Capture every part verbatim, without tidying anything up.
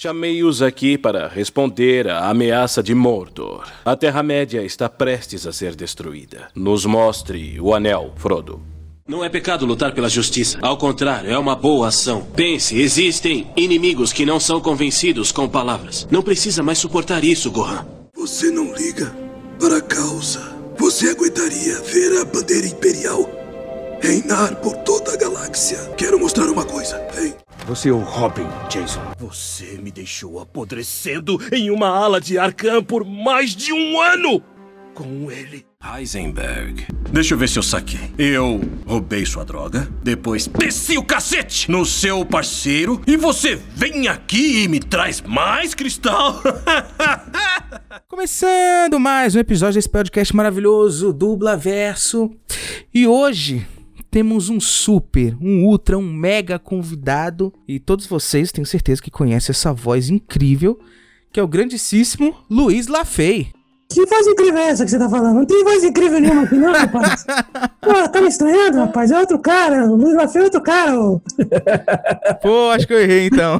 Chamei-os aqui para responder à ameaça de Mordor. A Terra-média está prestes a ser destruída. Nos mostre o anel, Frodo. Não é pecado lutar pela justiça. Ao contrário, é uma boa ação. Pense, existem inimigos que não são convencidos com palavras. Não precisa mais suportar isso, Gohan. Você não liga para a causa. Você aguentaria ver a bandeira imperial reinar por toda a galáxia? Quero mostrar uma coisa. Vem. Você é o Robin, Jason. Você me deixou apodrecendo em uma ala de Arkham por mais de um ano! Com ele. Heisenberg. Deixa eu ver se eu saquei. Eu roubei sua droga, depois desci o cacete no seu parceiro e você vem aqui e me traz mais cristal? Começando mais um episódio desse podcast maravilhoso, Dublaverso. E hoje temos um super, um ultra, um mega convidado. E todos vocês, tenho certeza que conhecem essa voz incrível, que é o grandíssimo Luiz Lafay. Que voz incrível é essa que você tá falando? Não tem voz incrível nenhuma aqui não, rapaz. Pô, tá me estranhando, rapaz? É outro cara. O Luiz Lafay é outro cara, ô. Pô, acho que eu errei, então.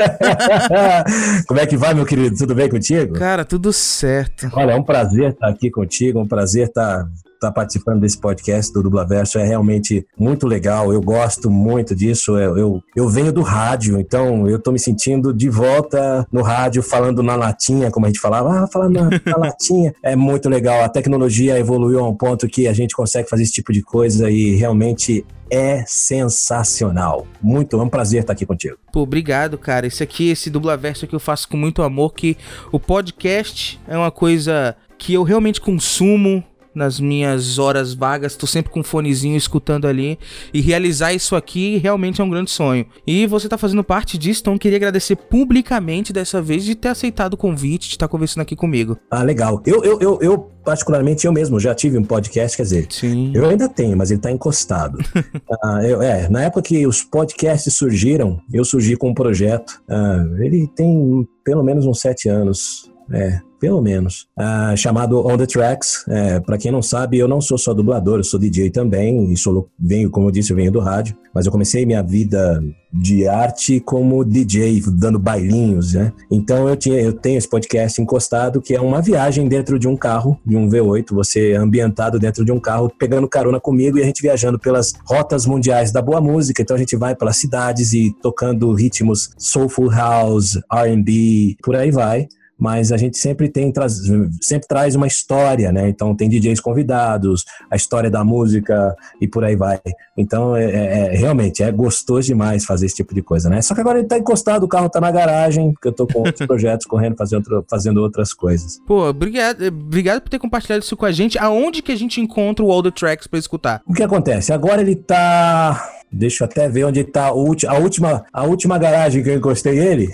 Como é que vai, meu querido? Tudo bem contigo? Cara, tudo certo. Olha, é um prazer estar aqui contigo, um prazer estar... tá participando desse podcast do Dublaverso. É realmente muito legal, eu gosto muito disso. Eu, eu, eu venho do rádio, então eu tô me sentindo de volta no rádio, falando na latinha, como a gente falava, ah, falando na, na latinha. É muito legal, a tecnologia evoluiu a um ponto que a gente consegue fazer esse tipo de coisa e realmente é sensacional. Muito, é um prazer estar aqui contigo. Pô, obrigado, cara. Esse aqui, esse Dublaverso aqui eu faço com muito amor, que o podcast é uma coisa que eu realmente consumo nas minhas horas vagas, tô sempre com um fonezinho escutando ali, e realizar isso aqui realmente é um grande sonho. E você tá fazendo parte disso, então eu queria agradecer publicamente dessa vez de ter aceitado o convite, de estar conversando aqui comigo. Ah, legal. Eu, eu, eu, eu particularmente, eu mesmo já tive um podcast, quer dizer, Sim. eu ainda tenho, mas ele tá encostado. ah, eu, é, na época que os podcasts surgiram, eu surgi com um projeto, ah, ele tem pelo menos uns sete anos, é... pelo menos, uh, chamado On The Tracks. É, para quem não sabe, eu não sou só dublador, eu sou D J também, e sou, venho, como eu disse, eu venho do rádio, mas eu comecei minha vida de arte como D J, dando bailinhos, né? Então eu, tinha, eu tenho esse podcast encostado, que é uma viagem dentro de um carro, de um V oito, você ambientado dentro de um carro, pegando carona comigo e a gente viajando pelas rotas mundiais da boa música. Então a gente vai pelas cidades e tocando ritmos soulful house, R and B, por aí vai. Mas a gente sempre tem traz, sempre traz uma história, né? Então tem D Js convidados, a história da música e por aí vai. Então é, é, realmente é gostoso demais fazer esse tipo de coisa, né? Só que agora ele tá encostado, o carro tá na garagem, porque eu tô com outros projetos correndo, fazendo, fazendo outras coisas. Pô, obrigado, obrigado por ter compartilhado isso com a gente. Aonde que a gente encontra o All The Tracks pra escutar? O que acontece? Agora ele tá... Deixa eu até ver onde está a última, a última garagem que eu encostei ele.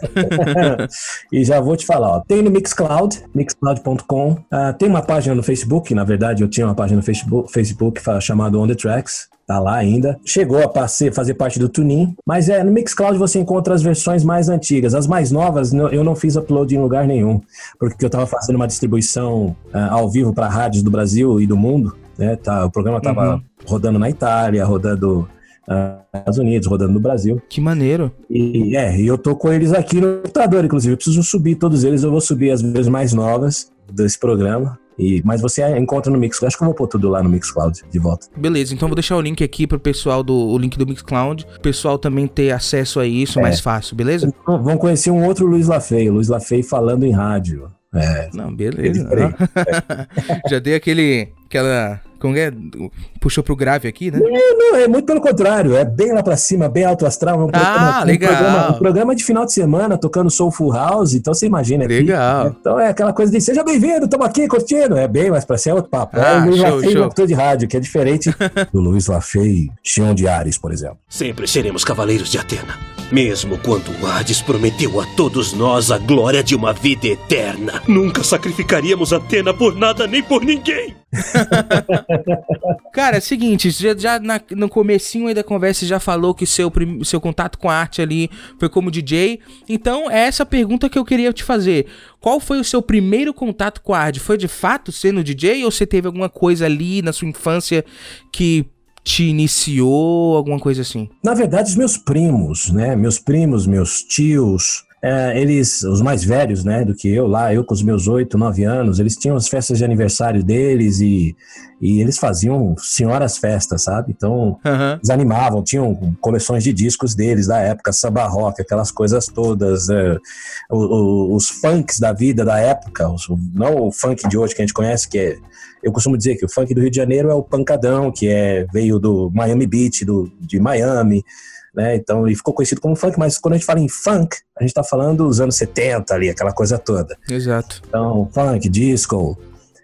E já vou te falar, ó. Tem no Mixcloud, mixcloud ponto com. Uh, tem uma página no Facebook, na verdade eu tinha uma página no Facebook, Facebook chamada On The Tracks. Tá lá ainda. Chegou a passe- fazer parte do TuneIn, mas é, no Mixcloud você encontra as versões mais antigas. As mais novas eu não fiz upload em lugar nenhum, porque eu tava fazendo uma distribuição uh, ao vivo para rádios do Brasil e do mundo, né? Tá, o programa tava uhum. rodando na Itália, rodando Uh, Estados Unidos, rodando no Brasil. Que maneiro. E é, e eu tô com eles aqui no computador, inclusive. Eu preciso subir todos eles, eu vou subir as vezes mais novas desse programa. E, mas você encontra no Mixcloud. Acho que eu vou pôr tudo lá no Mixcloud de volta. Beleza, então eu vou deixar o link aqui pro pessoal do o link do Mixcloud. O pessoal também ter acesso a isso é. mais fácil, beleza? Então, vão conhecer um outro Luiz Lafay, o Luiz Lafay falando em rádio. É. Não, beleza. Não. É. Já dei aquele. Aquela. Como é? Puxou pro grave aqui, né? Não, não, é muito pelo contrário. É bem lá pra cima, bem alto astral. Um programa, ah, legal. Um programa, um programa de final de semana, tocando Soulful House. Então você imagina. Legal. Aqui, né? Então é aquela coisa de seja bem-vindo, estamos aqui curtindo. É bem mais pra cima, é outro papo. Ah, é o Luiz show, Lafay, show. locutor de rádio, que é diferente do Luiz Lafay, Chão de Ares, por exemplo. Sempre seremos cavaleiros de Atena. Mesmo quando Hades prometeu a todos nós a glória de uma vida eterna. Nunca sacrificaríamos Atena por nada nem por ninguém. Cara, é o seguinte, já, já na, no comecinho aí da conversa já falou que seu, prim, seu contato com a arte ali foi como D J. Então é essa pergunta que eu queria te fazer. Qual foi o seu primeiro contato com a arte? Foi de fato sendo D J ou você teve alguma coisa ali na sua infância que te iniciou, alguma coisa assim? Na verdade, os meus primos, né? Meus primos, meus tios... é, eles, os mais velhos, né, do que eu lá, eu com os meus oito, nove anos, eles tinham as festas de aniversário deles e, e eles faziam senhoras festas, sabe? Então, uhum. eles animavam, tinham coleções de discos deles da época, samba rock, aquelas coisas todas, é, o, o, os funks da vida da época, os, não o funk de hoje que a gente conhece, que é, eu costumo dizer que o funk do Rio de Janeiro é o pancadão, que é, veio do Miami Beach, do, de Miami, né? Então ele ficou conhecido como funk, mas quando a gente fala em funk, a gente tá falando dos anos setenta ali, aquela coisa toda. Exato. Então, funk, disco.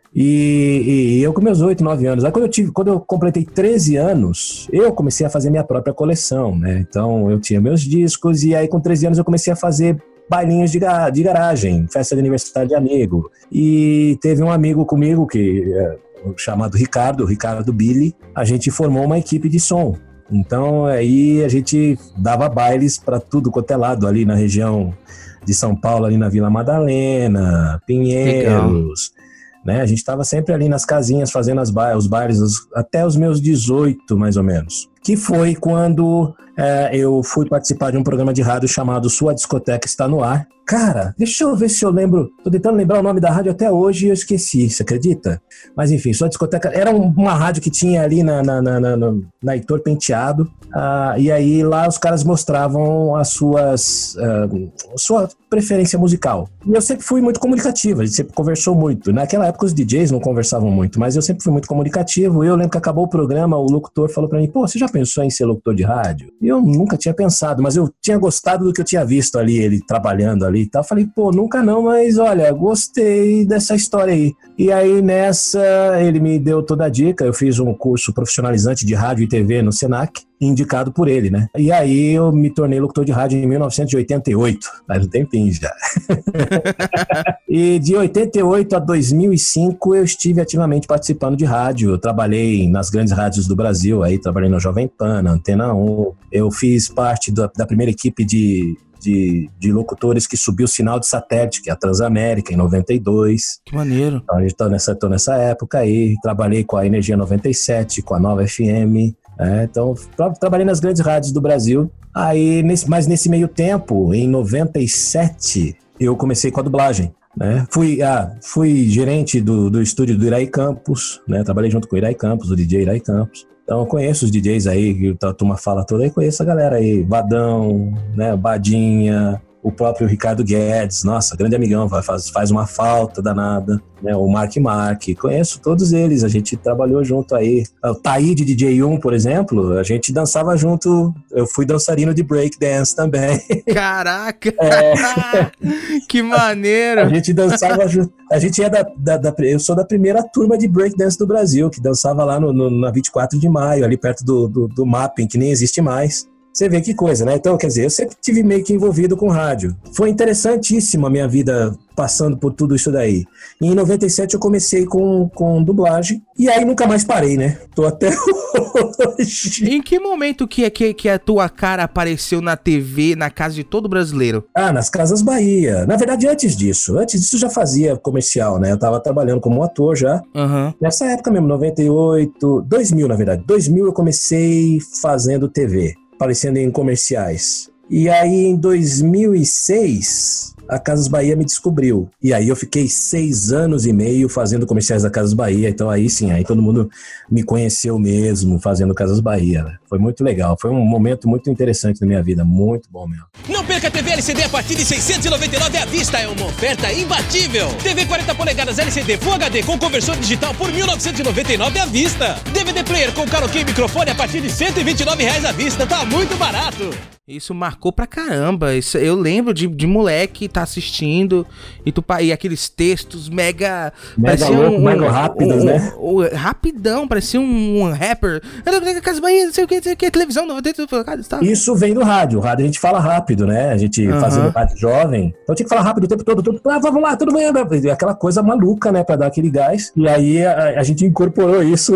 E, e eu com meus oito, nove anos, aí quando eu, tive, quando eu completei treze anos, eu comecei a fazer minha própria coleção, né? Então eu tinha meus discos e aí com treze anos eu comecei a fazer bailinhos de, ga- de garagem, festa de aniversário de amigo. E teve um amigo comigo que é, chamado Ricardo, Ricardo Billy, a gente formou uma equipe de som. Então aí a gente dava bailes para tudo quanto é lado ali na região de São Paulo, ali na Vila Madalena, Pinheiros, né? A gente estava sempre ali nas casinhas fazendo as ba- os bailes os, até os meus dezoito, mais ou menos. Que foi quando é, eu fui participar de um programa de rádio chamado Sua Discoteca Está no Ar. Cara, deixa eu ver se eu lembro. Tô tentando lembrar o nome da rádio até hoje e eu esqueci, você acredita? Mas enfim, Sua Discoteca era um, uma rádio que tinha ali na, na, na, na, na, na Heitor Penteado. Ah, e aí lá os caras mostravam as suas uh, sua preferência musical. E eu sempre fui muito comunicativo, a gente sempre conversou muito. Naquela época os D Js não conversavam muito, mas eu sempre fui muito comunicativo. Eu lembro que acabou o programa, o locutor falou pra mim, pô, você já pensou em ser locutor de rádio? E eu nunca tinha pensado, mas eu tinha gostado do que eu tinha visto ali, ele trabalhando ali e tal. Falei, pô, nunca não, mas olha, gostei dessa história aí. E aí nessa, ele me deu toda a dica, eu fiz um curso profissionalizante de rádio e T V no Senac, indicado por ele, né? E aí eu me tornei locutor de rádio em mil novecentos e oitenta e oito, faz um tempinho já. E de oitenta e oito a dois mil e cinco eu estive ativamente participando de rádio, eu trabalhei nas grandes rádios do Brasil, aí trabalhei na Jovem Pan, na Antena um, eu fiz parte da, da primeira equipe de De, de locutores que subiu o sinal de satélite, que é a Transamérica, em noventa e dois. Que maneiro. Então, a gente tá nessa, tô nessa época aí, trabalhei com a Energia noventa e sete, com a Nova F M, é, então tra- trabalhei nas grandes rádios do Brasil. Aí, nesse, mas nesse meio tempo, em noventa e sete, eu comecei com a dublagem. Né? Fui, ah, fui gerente do, do estúdio do Iraí Campos, né? Trabalhei junto com o Iraí Campos, o D J Iraí Campos. Então eu conheço os D Js aí, que a turma fala toda aí, conheço a galera aí, Badão, né, Badinha, o próprio Ricardo Guedes, nossa, grande amigão, faz, faz uma falta danada, né, o Mark Mark, conheço todos eles, a gente trabalhou junto aí. O Taíde de D J um, por exemplo, a gente dançava junto, eu fui dançarino de breakdance também. Caraca! É. Que maneiro! A gente dançava junto, a gente é da, da, da, eu sou da primeira turma de breakdance do Brasil, que dançava lá no, no, na vinte e quatro de maio, ali perto do, do, do Mapping, que nem existe mais. Você vê que coisa, né? Então, quer dizer, eu sempre tive meio que envolvido com rádio. Foi interessantíssima a minha vida passando por tudo isso daí. E em noventa e sete eu comecei com, com dublagem. E aí nunca mais parei, né? Tô até hoje. Em que momento que, que, que a tua cara apareceu na T V, na casa de todo brasileiro? Ah, nas Casas Bahia. Na verdade, antes disso. Antes disso eu já fazia comercial, né? Eu tava trabalhando como ator já. Uhum. Nessa época mesmo, noventa e oito... dois mil, na verdade. dois mil eu comecei fazendo T V. Aparecendo em comerciais. E aí, em dois mil e seis, a Casas Bahia me descobriu. E aí eu fiquei seis anos e meio fazendo comerciais da Casas Bahia. Então aí sim, aí todo mundo me conheceu mesmo fazendo Casas Bahia. Foi muito legal. Foi um momento muito interessante na minha vida. Muito bom mesmo. Não perca a T V L C D a partir de seiscentos e noventa e nove reais à vista. É uma oferta imbatível. T V quarenta polegadas L C D Full H D com conversão digital por mil novecentos e noventa e nove reais à vista. D V D player com karaokê e microfone a partir de cento e vinte e nove reais à vista. Tá muito barato. Isso marcou pra caramba. Isso, eu lembro de, de moleque tá assistindo e, tu, e aqueles textos mega... Mega louco, um, mega rápidos, um, né? Um, um, rapidão, parecia um, um rapper. Casa Bahia, não sei o que, não sei o que, televisão, não. Isso vem do rádio. O rádio a gente fala rápido, né? A gente uhum. fazendo rádio jovem. Então tinha que falar rápido o tempo todo. todo ah, vamos lá, tudo bem. Aquela coisa maluca, né? Pra dar aquele gás. E aí a, a gente incorporou isso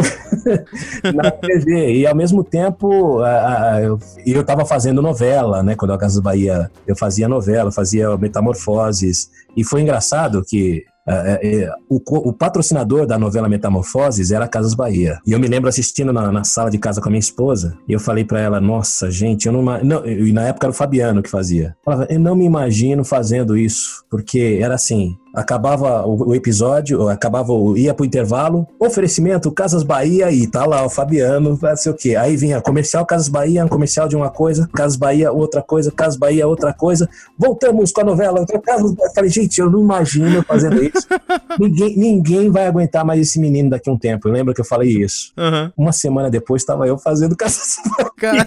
na T V. E ao mesmo tempo, a, a, eu, eu tava fazendo novela. Novela, né? Quando eu Casas Bahia, eu fazia novela, fazia Metamorfoses. E foi engraçado que Uh, uh, o, o patrocinador da novela Metamorfoses era a Casas Bahia. E eu me lembro assistindo na, na sala de casa com a minha esposa, e eu falei pra ela, nossa, gente, eu não, não... E na época era o Fabiano que fazia. Eu falava, eu não me imagino fazendo isso, porque era assim... Acabava o, o episódio, acabava, ia pro intervalo, oferecimento Casas Bahia e tá lá o Fabiano, não sei o quê. Aí vinha comercial Casas Bahia, um comercial de uma coisa, Casas Bahia outra coisa, Casas Bahia outra coisa. Voltamos com a novela. Casas... Eu falei, gente, eu não imagino fazendo isso. ninguém, ninguém vai aguentar mais esse menino daqui a um tempo. Eu lembro que eu falei isso. Uhum. Uma semana depois estava eu fazendo Casas Bahia.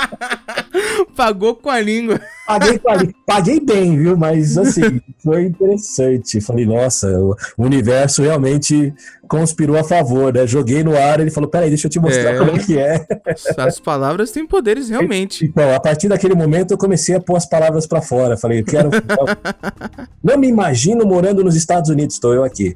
Pagou com a língua. Paguei, paguei, paguei bem, viu? Mas assim, foi interessante. Falei, nossa, o universo realmente conspirou a favor, né? Joguei no ar, ele falou, peraí, deixa eu te mostrar é, como é que é. As palavras têm poderes, realmente. Então, a partir daquele momento eu comecei a pôr as palavras pra fora. Falei, eu quero... Não me imagino morando nos Estados Unidos, estou eu aqui.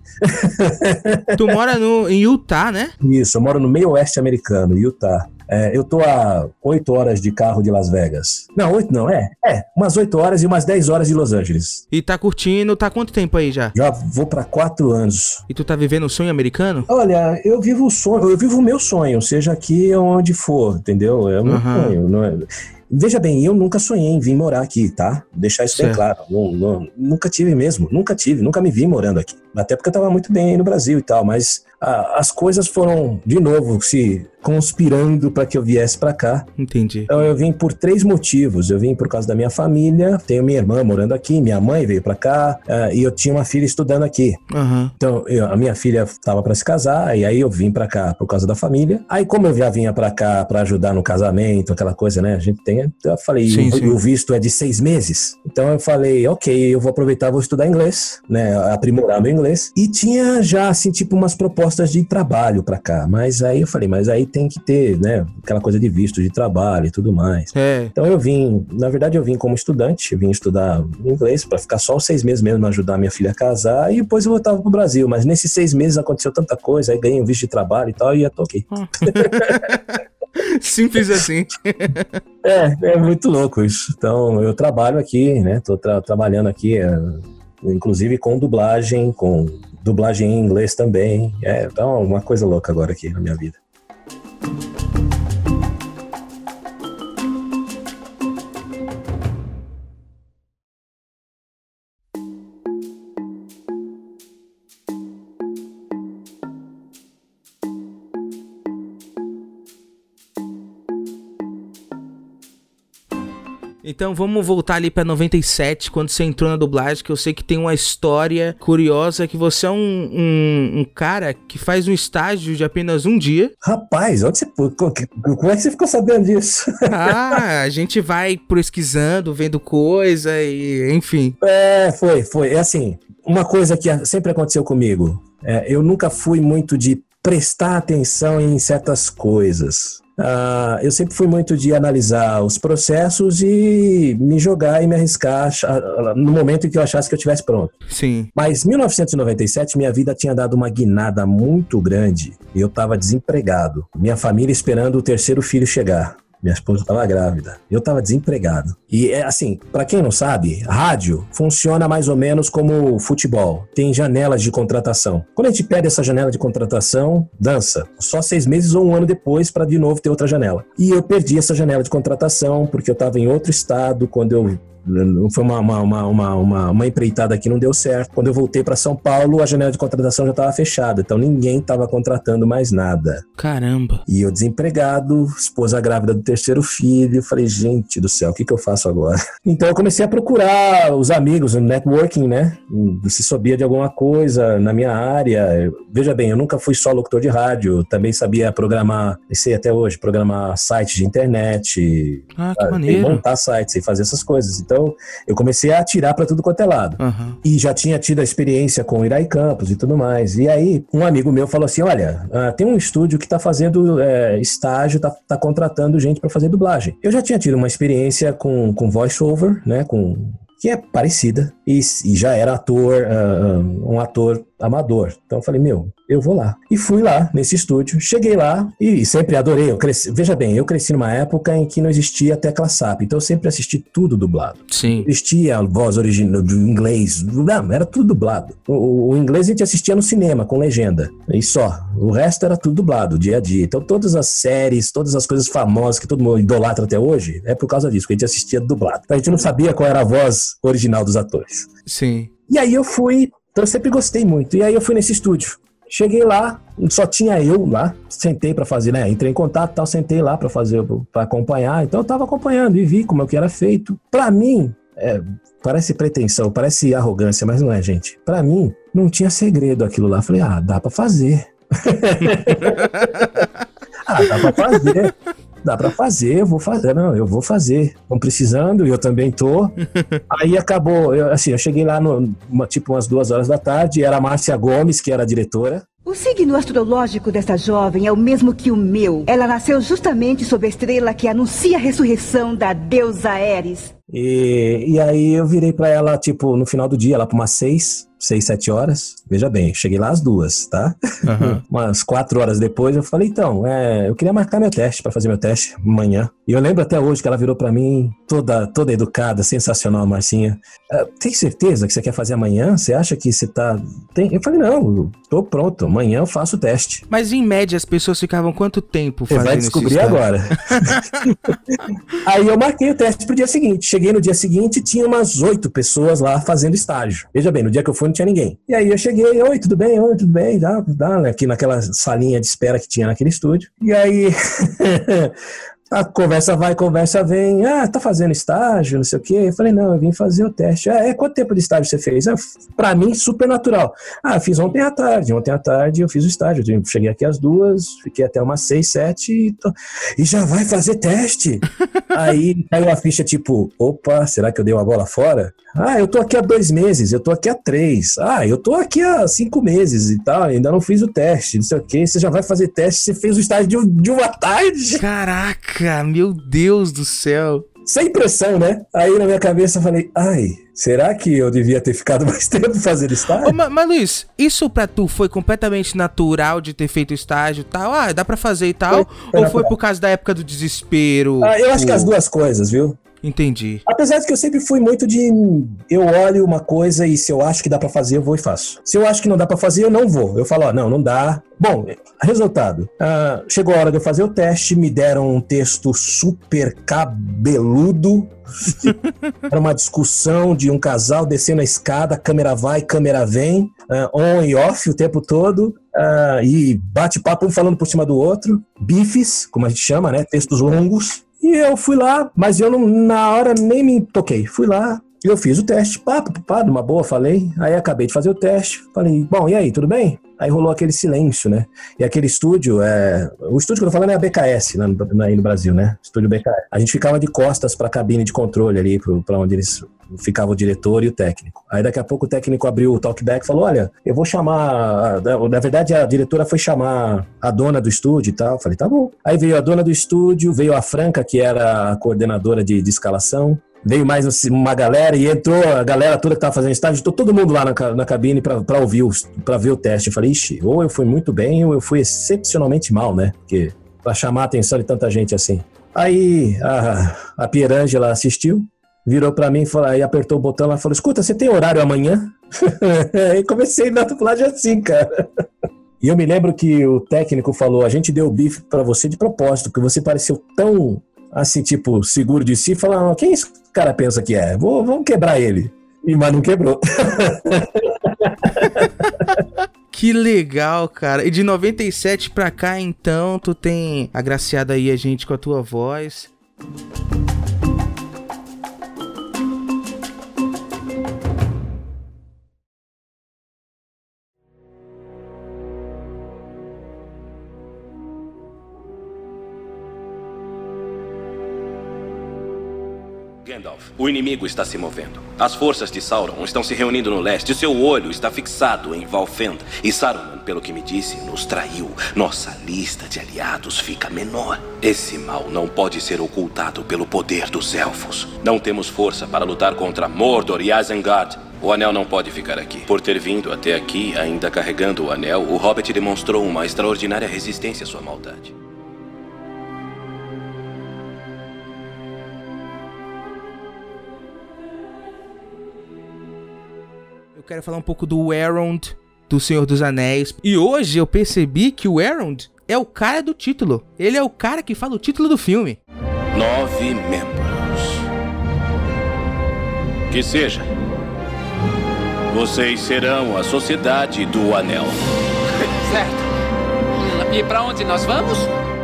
Tu mora no, em Utah, né? Isso, eu moro no meio oeste americano, Utah. É, eu tô a oito horas de carro de Las Vegas. Não, oito não, é. É, umas oito horas e umas dez horas de Los Angeles. E tá curtindo, tá quanto tempo aí já? Já vou pra quatro anos. E tu tá vivendo o sonho americano? Olha, eu vivo o sonho, eu vivo o meu sonho, seja aqui ou onde for, entendeu? É o meu uhum. sonho, não é... Veja bem, eu nunca sonhei em vir morar aqui, tá? Deixar isso certo. Bem claro. Não, não, nunca tive mesmo, nunca tive, nunca me vi morando aqui. Até porque eu tava muito bem aí no Brasil e tal, mas a, as coisas foram, de novo, se conspirando para que eu viesse para cá. Entendi. Então eu vim por três motivos. Eu vim por causa da minha família, tenho minha irmã morando aqui, minha mãe veio para cá, uh, e eu tinha uma filha estudando aqui. Uhum. Então eu, a minha filha tava para se casar, e aí eu vim para cá por causa da família. Aí como eu já vinha para cá para ajudar no casamento, aquela coisa, né? A gente tem... Eu falei, sim, o, sim. o visto é de seis meses. Então eu falei, ok, eu vou aproveitar, vou estudar inglês, né? Aprimorar meu inglês. E tinha já, assim, tipo umas propostas de trabalho para cá. Mas aí eu falei, mas aí tem que ter, né, aquela coisa de visto de trabalho e tudo mais. É. Então eu vim, na verdade eu vim como estudante, eu vim estudar inglês para ficar só os seis meses mesmo, ajudar minha filha a casar, e depois eu voltava pro Brasil. Mas nesses seis meses aconteceu tanta coisa, aí ganhei um visto de trabalho e tal, e eu toquei. Simples assim. É, é muito louco isso. Então eu trabalho aqui, né, tô tra- trabalhando aqui, é, inclusive com dublagem, com dublagem em inglês também. É, então uma coisa louca agora aqui na minha vida. Então vamos voltar ali pra noventa e sete, quando você entrou na dublagem, que eu sei que tem uma história curiosa, que você é um, um, um cara que faz um estágio de apenas um dia. Rapaz, onde você, como é que você ficou sabendo disso? Ah, a gente vai pesquisando, vendo coisa e enfim. É, foi, foi. É assim, uma coisa que sempre aconteceu comigo, é, eu nunca fui muito de prestar atenção em certas coisas. Uh, eu sempre fui muito de analisar os processos e me jogar e me arriscar no momento em que eu achasse que eu estivesse pronto. Sim. Mas em mil novecentos e noventa e sete minha vida tinha dado uma guinada muito grande e eu estava desempregado. Minha família esperando o terceiro filho chegar. Minha esposa estava grávida. Eu estava desempregado. E, é assim, para quem não sabe, rádio funciona mais ou menos como futebol. Tem janelas de contratação. Quando a gente pede essa janela de contratação, dança. Só seis meses ou um ano depois para de novo ter outra janela. E eu perdi essa janela de contratação porque eu estava em outro estado quando eu... Foi uma, uma, uma, uma, uma empreitada que não deu certo. Quando eu voltei para São Paulo, a janela de contratação já estava fechada. Então ninguém estava contratando mais nada. Caramba. E eu desempregado, esposa grávida do terceiro filho. Falei, gente do céu, o que, que eu faço agora? Então eu comecei a procurar os amigos no networking, né? Se sabia de alguma coisa na minha área. Veja bem, eu nunca fui só locutor de rádio. Também sabia programar, sei até hoje, programar sites de internet. Ah, que maneiro. Montar sites e fazer essas coisas. Então Então, eu comecei a atirar para tudo quanto é lado. Uhum. E já tinha tido a experiência com o Iraí Campos e tudo mais. E aí, um amigo meu falou assim, olha, uh, tem um estúdio que está fazendo é, estágio, está tá contratando gente para fazer dublagem. Eu já tinha tido uma experiência com, com voice-over, né, com... que é parecida, e, e já era ator, uh, um ator amador. Então eu falei, meu, eu vou lá. E fui lá, nesse estúdio, cheguei lá e sempre adorei. Eu cresci, veja bem, eu cresci numa época em que não existia tecla S A P, então eu sempre assisti tudo dublado. Sim. Existia a voz original do inglês, não, era tudo dublado. O, o inglês a gente assistia no cinema, com legenda, e só. O resto era tudo dublado, dia a dia. Então todas as séries, todas as coisas famosas que todo mundo idolatra até hoje, é por causa disso, que a gente assistia dublado. A gente não sabia qual era a voz original dos atores. Sim. E aí eu fui, então eu sempre gostei muito, e aí eu fui nesse estúdio. Cheguei lá, só tinha eu lá, sentei pra fazer, né, entrei em contato e tal, sentei lá pra fazer, pra acompanhar, então eu tava acompanhando e vi como é que era feito. Pra mim, é, parece pretensão, parece arrogância, mas não é, gente. Pra mim, não tinha segredo aquilo lá. Falei, ah, dá pra fazer. ah, dá pra fazer. Dá pra fazer, eu vou fazer. Não, eu vou fazer. Estão precisando e eu também tô. Aí acabou, eu, assim, eu cheguei lá no, uma, tipo umas duas horas da tarde, era a Márcia Gomes, que era a diretora. O signo astrológico desta jovem é o mesmo que o meu. Ela nasceu justamente sob a estrela que anuncia a ressurreição da deusa Ares. E, e aí eu virei pra ela, tipo, no final do dia, lá pra umas seis, seis, sete horas. Veja bem, cheguei lá às duas, tá? Uhum. Umas quatro horas depois, eu falei, então, é, eu queria marcar meu teste, pra fazer meu teste amanhã. E eu lembro até hoje que ela virou pra mim, toda, toda educada, sensacional, Marcinha. É, tem certeza que você quer fazer amanhã? Você acha que você tá... Tem? Eu falei, não, eu tô pronto, amanhã eu faço o teste. Mas em média as pessoas ficavam quanto tempo fazendo isso? Você vai descobrir agora. Aí eu marquei o teste pro dia seguinte. Cheguei no dia seguinte, tinha umas oito pessoas lá fazendo estágio. Veja bem, no dia que eu fui não tinha ninguém. E aí eu cheguei, oi, tudo bem? Oi, tudo bem? Dá, dá, né? Aqui naquela salinha de espera que tinha naquele estúdio. E aí... A conversa vai, conversa vem. Ah, tá fazendo estágio, não sei o quê. Eu falei, não, eu vim fazer o teste. Ah, é, quanto tempo de estágio você fez? Ah, pra mim, super natural. Ah, eu fiz ontem à tarde. Ontem à tarde eu fiz o estágio. Eu cheguei aqui às duas, fiquei até umas seis, sete e, tô... e já vai fazer teste? Aí caiu a ficha tipo, opa, será que eu dei uma bola fora? Ah, eu tô aqui há dois meses, eu tô aqui há três. Ah, eu tô aqui há cinco meses e tal, ainda não fiz o teste, não sei o quê. Você já vai fazer teste, você fez o estágio de, de uma tarde? Caraca, meu Deus do céu. Sem pressão, né? Aí na minha cabeça eu falei, ai, será que eu devia ter ficado mais tempo fazendo estágio? Ô, mas, mas Luiz, isso pra tu foi completamente natural de ter feito estágio e tal? Ah, dá pra fazer e tal? Foi, foi ou foi por causa da época do desespero? Ah, eu acho o... que as duas coisas, viu? Entendi. Apesar de que eu sempre fui muito de... Eu olho uma coisa e se eu acho que dá pra fazer, eu vou e faço. Se eu acho que não dá pra fazer, eu não vou. Eu falo, ó, não, não dá. Bom, resultado. Uh, chegou a hora de eu fazer o teste, me deram um texto super cabeludo. Era uma discussão de um casal descendo a escada, câmera vai, câmera vem, uh, on e off o tempo todo. Uh, e bate-papo um falando por cima do outro. Bifes, como a gente chama, né? Textos longos. E eu fui lá, mas eu não, na hora nem me toquei. Fui lá, eu fiz o teste, pá, pá, pá, numa boa, falei. Aí acabei de fazer o teste, falei, bom, e aí, tudo bem? Aí rolou aquele silêncio, né? E aquele estúdio, é... o estúdio que eu tô falando é a B K S, né? Aí no Brasil, né? Estúdio B K S. A gente ficava de costas pra cabine de controle ali, pro, pra onde eles... ficava o diretor e o técnico. Aí daqui a pouco o técnico abriu o talkback e falou, olha, eu vou chamar... Na verdade, a diretora foi chamar a dona do estúdio e tal. Eu falei, tá bom. Aí veio a dona do estúdio, veio a Franca, que era a coordenadora de, de escalação. Veio mais uma galera e entrou a galera toda que tava fazendo estágio, entrou todo mundo lá na, na cabine pra, pra ouvir, pra ver o teste. Eu falei, ixi, ou eu fui muito bem ou eu fui excepcionalmente mal, né? Porque pra chamar a atenção de tanta gente assim. Aí a, a Pierangela assistiu, virou pra mim e, falou, aí apertou o botão lá e falou, escuta, você tem horário amanhã? Aí comecei na dublagem assim, cara. E eu me lembro que o técnico falou, a gente deu o bife pra você de propósito, porque você pareceu tão, assim, tipo, seguro de si. Falou, quem esse cara pensa que é? Vou, vamos quebrar ele. E, mas não quebrou. Que legal, cara. E de noventa e sete pra cá, então, tu tem agraciado aí a gente com a tua voz. Gandalf, o inimigo está se movendo. As forças de Sauron estão se reunindo no leste. Seu olho está fixado em Valfend. E Saruman, pelo que me disse, nos traiu. Nossa lista de aliados fica menor. Esse mal não pode ser ocultado pelo poder dos elfos. Não temos força para lutar contra Mordor e Isengard. O anel não pode ficar aqui. Por ter vindo até aqui, ainda carregando o anel, o Hobbit demonstrou uma extraordinária resistência à sua maldade. Eu quero falar um pouco do Elrond, do Senhor dos Anéis. E hoje eu percebi que o Elrond é o cara do título. Ele é o cara que fala o título do filme. Nove membros. Que seja. Vocês serão a Sociedade do Anel. Certo. E pra onde nós vamos?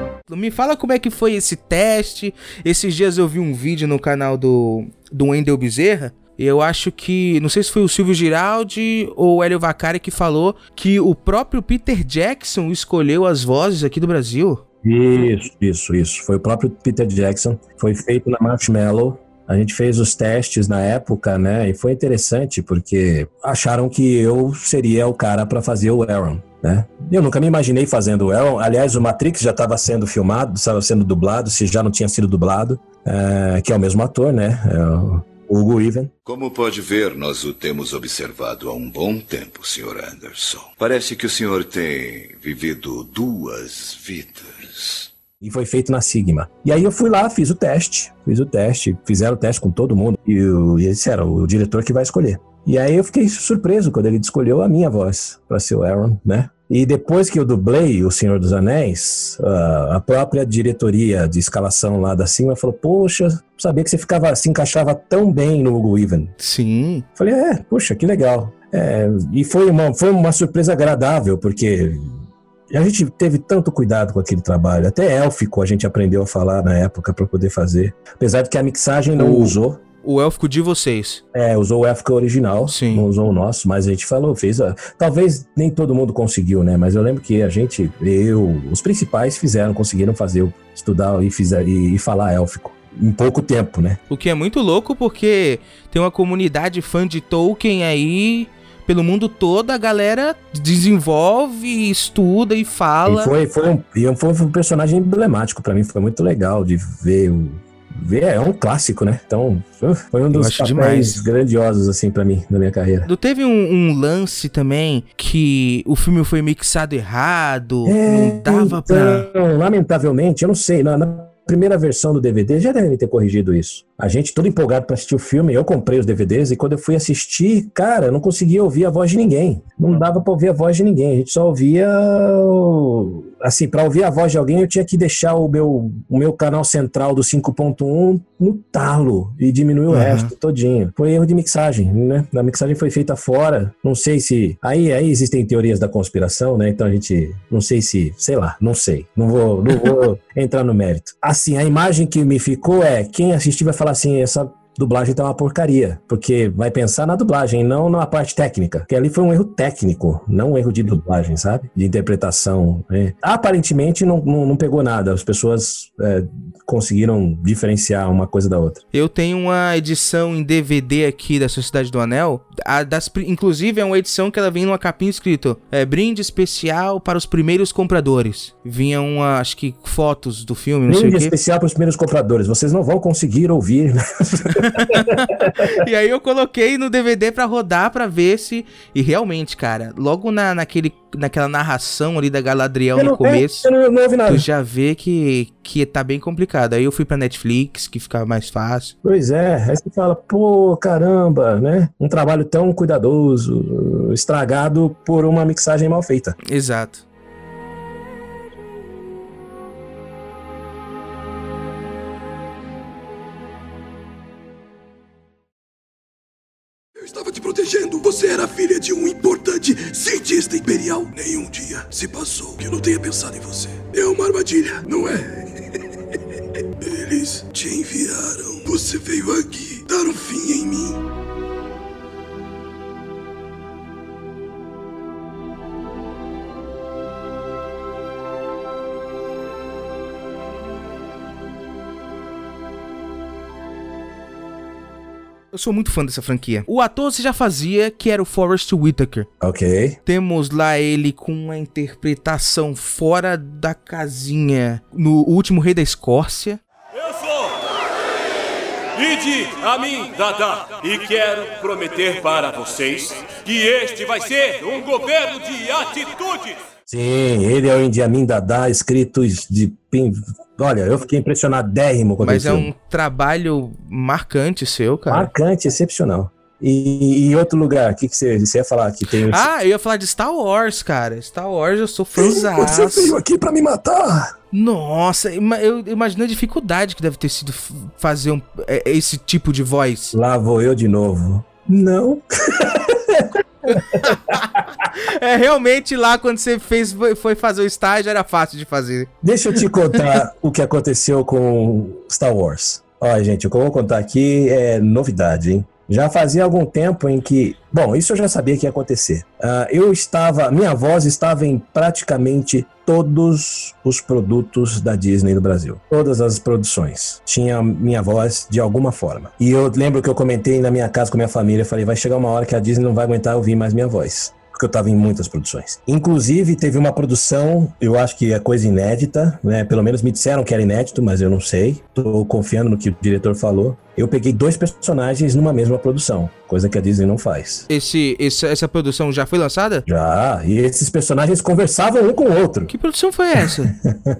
Me fala como é que foi esse teste. Esses dias eu vi um vídeo no canal do, do Wendel Bezerra. Eu acho que, não sei se foi o Silvio Giraldi ou o Hélio Vacari que falou que o próprio Peter Jackson escolheu as vozes aqui do Brasil. Isso, isso, isso. Foi o próprio Peter Jackson. Foi feito na Marshmallow. A gente fez os testes na época, né? E foi interessante porque acharam que eu seria o cara para fazer o Elrond, né? Eu nunca me imaginei fazendo o Elrond. Aliás, o Matrix já estava sendo filmado, estava sendo dublado, se já não tinha sido dublado, é, que é o mesmo ator, né? É o Hugo Weaving. Como pode ver, nós o temos observado há um bom tempo, senhor Anderson. Parece que o senhor tem vivido duas vidas. E foi feito na Sigma. E aí eu fui lá, fiz o teste, fiz o teste, fizeram o teste com todo mundo. E, eu, e eles disseram, o diretor que vai escolher. E aí eu fiquei surpreso quando ele escolheu a minha voz para ser o Elrond, né? E depois que eu dublei O Senhor dos Anéis, a própria diretoria de escalação lá da Sigma falou, poxa, sabia que você ficava, se encaixava tão bem no Hugo Weaving. Sim. Falei, é, poxa, que legal. É, e foi uma, foi uma surpresa agradável, porque a gente teve tanto cuidado com aquele trabalho. Até élfico a gente aprendeu a falar na época para poder fazer. Apesar de que a mixagem não o, usou. O élfico de vocês. É, usou o élfico original. Sim. Não usou o nosso, mas a gente falou, fez. A, talvez nem todo mundo conseguiu, né? Mas eu lembro que a gente, eu, os principais fizeram, conseguiram fazer, estudar e, fizer, e, e falar élfico. Em pouco tempo, né? O que é muito louco porque tem uma comunidade fã de Tolkien aí pelo mundo todo, a galera desenvolve, estuda e fala. E foi, foi, um, e foi um personagem emblemático pra mim, foi muito legal de ver o... Ver, é um clássico, né? Então, foi um dos papéis demais. grandiosos, assim, pra mim, na minha carreira. Não teve um, um lance também que o filme foi mixado errado, é, não dava então, pra... Lamentavelmente, eu não sei, na, na primeira versão do D V D já devem ter corrigido isso. A gente todo empolgado pra assistir o filme, eu comprei os D V Ds e quando eu fui assistir, cara, eu não conseguia ouvir a voz de ninguém. Não dava pra ouvir a voz de ninguém, a gente só ouvia... Assim, pra ouvir a voz de alguém eu tinha que deixar o meu, o meu canal central do cinco ponto um no talo e diminuir o uhum. resto todinho. Foi erro de mixagem, né? A mixagem foi feita fora, não sei se... Aí, aí existem teorias da conspiração, né? Então a gente... Não sei se... Sei lá, não sei. Não vou, não vou entrar no mérito. Assim, a imagem que me ficou é... Quem assistir vai falar assim, essa... dublagem tá uma porcaria, porque vai pensar na dublagem, não na parte técnica, que ali foi um erro técnico, não um erro de dublagem, sabe? De interpretação. Né? Aparentemente não, não, não pegou nada, as pessoas é, conseguiram diferenciar uma coisa da outra. Eu tenho uma edição em D V D aqui da Sociedade do Anel, a das, inclusive é uma edição que ela vem numa capinha escrito é, brinde especial para os primeiros compradores. Vinha uma, acho que fotos do filme, não brinde sei o quê. especial para os primeiros compradores, vocês não vão conseguir ouvir, né? E aí eu coloquei no D V D pra rodar, pra ver se... E realmente, cara, logo na, naquele, naquela narração ali da Galadriel não, no começo, é, não, não ouvi nada. Tu já vê que, que tá bem complicado. Aí eu fui pra Netflix, que ficava mais fácil. Pois é, aí você fala, pô, caramba, né? Um trabalho tão cuidadoso, estragado por uma mixagem mal feita. Exato. Estava te protegendo. Você era filha de um importante cientista imperial. Nenhum dia se passou que eu não tenha pensado em você. É uma armadilha, não é? Eles te enviaram. Você veio aqui dar um fim em mim. Eu sou muito fã dessa franquia. O ator você já fazia, que era o Forrest Whitaker. Ok. Temos lá ele com uma interpretação fora da casinha no Último Rei da Escócia. Eu sou! Ide a mim, Dada, e quero prometer para vocês que este vai ser um governo de atitudes. Sim, ele é o Idi Amin Dada, escrito de... Olha, eu fiquei impressionadérrimo com Mas esse é filme. um trabalho marcante seu, cara. Marcante, excepcional. E, e outro lugar, o que, que você, você ia falar que tem... Ah, eu ia falar de Star Wars, cara. Star Wars eu sou fãzaço. Você veio aqui pra me matar? Nossa, eu imagino a dificuldade que deve ter sido fazer um, esse tipo de voz. Lá vou eu de novo. Não. É, realmente lá quando você fez, foi fazer o estágio era fácil de fazer. Deixa eu te contar o que aconteceu com Star Wars. Olha, gente, o que eu vou contar aqui é novidade, hein? Já fazia algum tempo em que... Bom, isso eu já sabia que ia acontecer. Uh, eu estava... Minha voz estava em praticamente todos os produtos da Disney no Brasil. Todas as produções. Tinha minha voz de alguma forma. E eu lembro que eu comentei na minha casa com a minha família. Falei, vai chegar uma hora que a Disney não vai aguentar ouvir mais minha voz. Porque eu tava em muitas produções. Inclusive, teve uma produção, eu acho que é coisa inédita, né? Pelo menos me disseram que era inédito, mas eu não sei. Tô confiando no que o diretor falou. Eu peguei dois personagens numa mesma produção, coisa que a Disney não faz. Esse, esse, essa produção já foi lançada? Já, e esses personagens conversavam um com o outro. Que produção foi essa?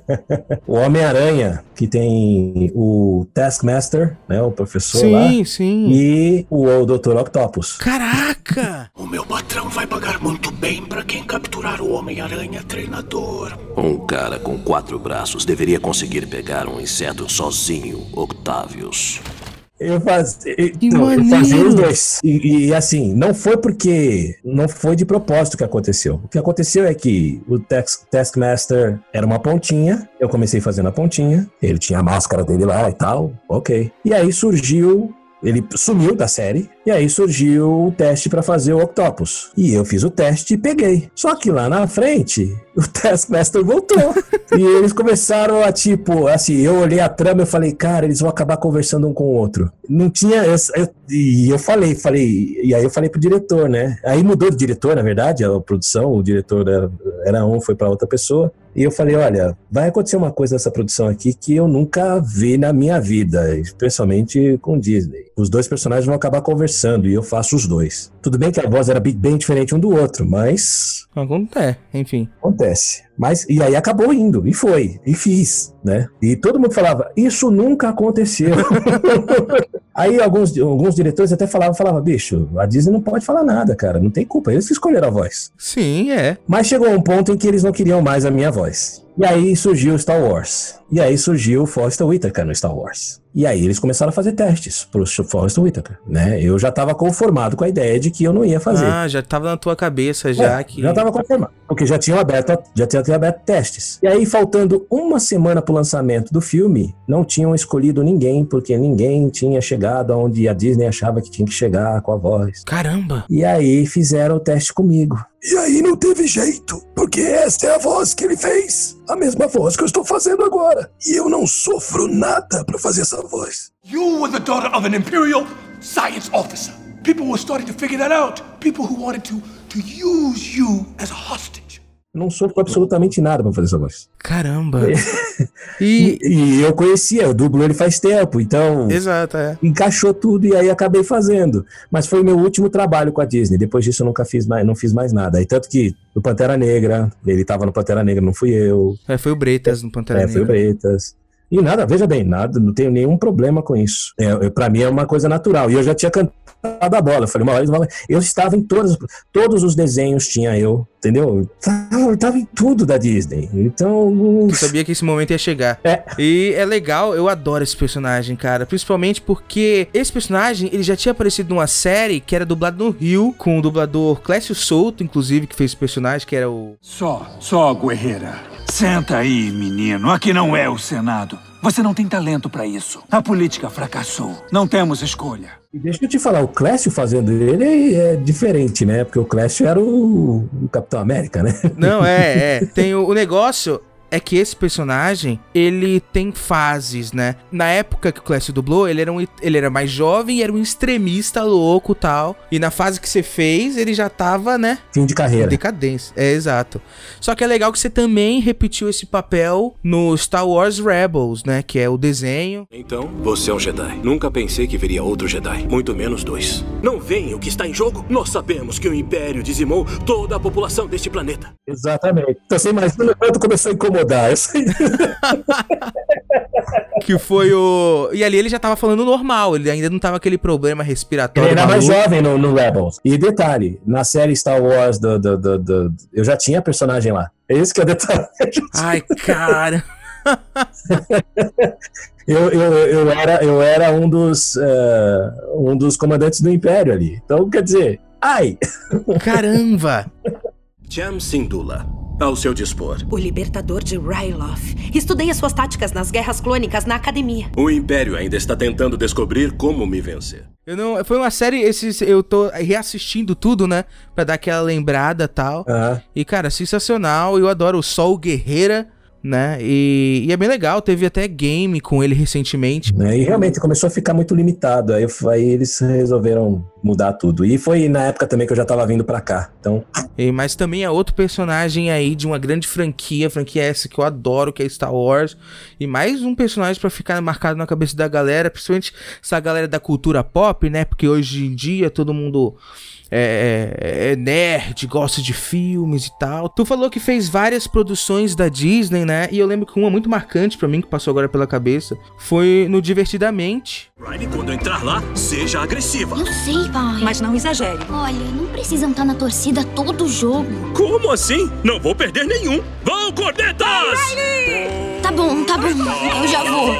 O Homem-Aranha, que tem o Taskmaster, né, o professor sim, lá. Sim, sim. E o, o doutor Octopus. Caraca! O meu patrão vai pagar muito bem pra quem capturar o Homem-Aranha, treinador. Um cara com quatro braços deveria conseguir pegar um inseto sozinho, Octavius. Eu, faz... não, eu fazia os dois. E, e assim, não foi porque... Não foi de propósito que aconteceu. O que aconteceu é que o task, Taskmaster era uma pontinha. Eu comecei fazendo a pontinha. Ele tinha a máscara dele lá e tal. Ok. E aí surgiu... Ele sumiu da série. E aí surgiu o teste pra fazer o Octopus. E eu fiz o teste e peguei. Só que lá na frente, o Taskmaster voltou. E eles começaram a tipo, assim, eu olhei a trama e eu falei, cara, eles vão acabar conversando um com o outro. Não tinha... Eu, eu, e eu falei, falei... E aí eu falei pro diretor, né? Aí mudou de diretor, na verdade, a produção. O diretor era, era um, foi pra outra pessoa. E eu falei, olha, vai acontecer uma coisa nessa produção aqui que eu nunca vi na minha vida, especialmente com Disney. Os dois personagens vão acabar conversando e eu faço os dois. Tudo bem que a voz era bem diferente um do outro, mas... Acontece, enfim. Acontece. Mas, e aí acabou indo, e foi, e fiz, né? E todo mundo falava, isso nunca aconteceu. Aí alguns, alguns diretores até falavam, falavam, bicho, a Disney não pode falar nada, cara, não tem culpa, eles que escolheram a voz. Sim, é. Mas chegou um ponto em que eles não queriam mais a minha voz. E aí surgiu Star Wars. E aí surgiu o Forest Whitaker no Star Wars. E aí eles começaram a fazer testes pro Forest Whitaker, né? Eu já tava conformado com a ideia de que eu não ia fazer. Ah, já tava na tua cabeça já é, que... Já tava conformado, porque já tinham aberto, já tinham aberto testes. E aí, faltando uma semana pro lançamento do filme, não tinham escolhido ninguém, porque ninguém tinha chegado aonde a Disney achava que tinha que chegar com a voz. Caramba! E aí fizeram o teste comigo. E aí não teve jeito, porque essa é a voz que ele fez. A mesma voz que eu estou fazendo agora. E eu não sofro nada pra fazer essa voz. You were the daughter of an Imperial science officer. People were starting to figure that out. People who wanted to, to use you as a hostage. Não sofro absolutamente nada pra fazer essa voz. Caramba! e... e eu conhecia, eu dublo ele faz tempo, então... Exato, é. Encaixou tudo e aí acabei fazendo. Mas foi o meu último trabalho com a Disney. Depois disso eu nunca fiz mais, não fiz mais nada. E tanto que no Pantera Negra, ele tava no Pantera Negra, não fui eu. É, foi o Bretas no Pantera é, Negra. É, foi o Bretas. E nada, veja bem, nada, não tenho nenhum problema com isso. É, pra mim é uma coisa natural. E eu já tinha cantado a bola. Eu falei, uma hora eu estava em todas, todos os desenhos, tinha eu, entendeu? Eu estava em tudo da Disney. Então. Eu sabia que esse momento ia chegar. É. E é legal, eu adoro esse personagem, cara. Principalmente porque esse personagem, ele já tinha aparecido numa série que era dublado no Rio, com o dublador Clécio Souto, inclusive, que fez esse personagem, que era o. Só, só, guerreira. Senta aí, menino. Aqui não é o Senado. Você não tem talento pra isso. A política fracassou. Não temos escolha. E deixa eu te falar, o Clécio fazendo ele é diferente, né? Porque o Clécio era o, o Capitão América, né? Não, é, é. Tem o, o negócio... é que esse personagem, ele tem fases, né? Na época que o Clécio dublou, ele era, um, ele era mais jovem e era um extremista louco e tal. E na fase que você fez, ele já tava, né? Fim de carreira. Em decadência, é, exato. Só que é legal que você também repetiu esse papel no Star Wars Rebels, né? Que é o desenho. Então, você é um Jedi. Nunca pensei que viria outro Jedi, muito menos dois. Não veem o que está em jogo? Nós sabemos que o Império dizimou toda a população deste planeta. Exatamente. Então você imagina quanto começou a incomodar. Eu sei. Que foi o... E ali ele já tava falando normal, ele ainda não tava aquele problema respiratório. Ele era maluco. mais jovem no, no Rebels. E detalhe, na série Star Wars, do, do, do, do, eu já tinha personagem lá. É isso que é o detalhe. Ai, cara... eu, eu, eu, era, eu era um dos, uh, um dos comandantes do Império ali. Então, quer dizer, ai! Caramba! Cham Syndulla, ao seu dispor. O libertador de Ryloth. Estudei as suas táticas nas guerras clônicas na academia. O Império ainda está tentando descobrir como me vencer. Eu não, foi uma série, esses, eu tô reassistindo tudo, né? Pra dar aquela lembrada e tal. Uhum. E, cara, sensacional. Eu adoro o Sol Guerreira, né? E, e é bem legal, teve até game com ele recentemente. É, e realmente começou a ficar muito limitado. Aí, aí eles resolveram mudar tudo. E foi na época também que eu já tava vindo pra cá. Então... E, mas também é outro personagem aí de uma grande franquia, franquia essa que eu adoro, que é Star Wars. E mais um personagem pra ficar marcado na cabeça da galera, principalmente essa galera da cultura pop, né? Porque hoje em dia todo mundo... É, é nerd, gosta de filmes e tal. Tu falou que fez várias produções da Disney, né? E eu lembro que uma muito marcante pra mim, que passou agora pela cabeça, foi no Divertidamente. Riley, quando entrar lá, seja agressiva. Eu sei, pai. Mas não exagere. Olha, não precisam estar na torcida todo jogo. Como assim? Não vou perder nenhum. Vão, cornetas! Riley! Tá bom, tá bom. Eu já vou.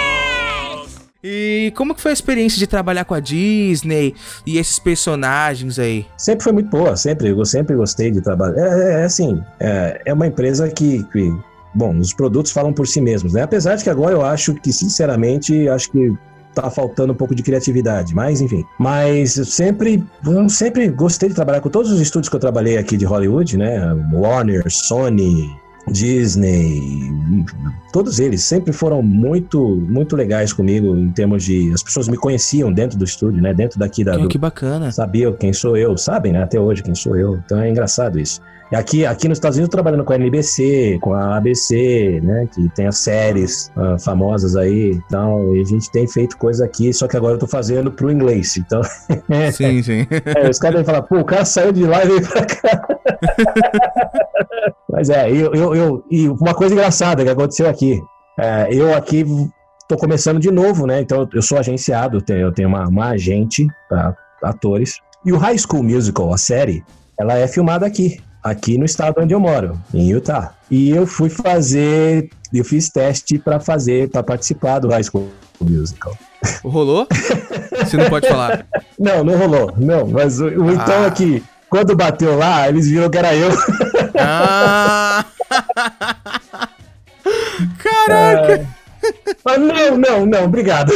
E como que foi a experiência de trabalhar com a Disney e esses personagens aí? Sempre foi muito boa, sempre. Eu sempre gostei de trabalhar. É, é assim, é, é uma empresa que, que... Bom, os produtos falam por si mesmos, né? Apesar de que agora eu acho que, sinceramente, acho que tá faltando um pouco de criatividade, mas enfim. Mas eu sempre, eu sempre gostei de trabalhar com todos os estúdios que eu trabalhei aqui de Hollywood, né? Warner, Sony... Disney, todos eles sempre foram muito, muito legais comigo em termos de... As pessoas me conheciam dentro do estúdio, né? Dentro daqui da... Que, do, que bacana. Sabiam quem sou eu, sabem, né? Até hoje quem sou eu. Então é engraçado isso. E aqui, aqui nos Estados Unidos, trabalhando com a N B C, com a A B C, né? Que tem as séries uh, famosas aí. Então, e a gente tem feito coisa aqui, só que agora eu tô fazendo pro inglês. Então... Sim, sim. É, os caras vão falar, pô, o cara saiu de lá e veio pra cá. Mas é, eu, eu, eu, e uma coisa engraçada que aconteceu aqui, é, eu aqui tô começando de novo, né, então eu sou agenciado, eu tenho, eu tenho uma, uma agente para atores, e o High School Musical, a série, ela é filmada aqui, aqui no estado onde eu moro, em Utah, e eu fui fazer, eu fiz teste para fazer, para participar do High School Musical. Rolou? Você não pode falar. Não, não rolou, não, mas o, o ah. então aqui... Quando bateu lá, eles viram que era eu. Ah! Caraca! É... Mas não, não, não, obrigado.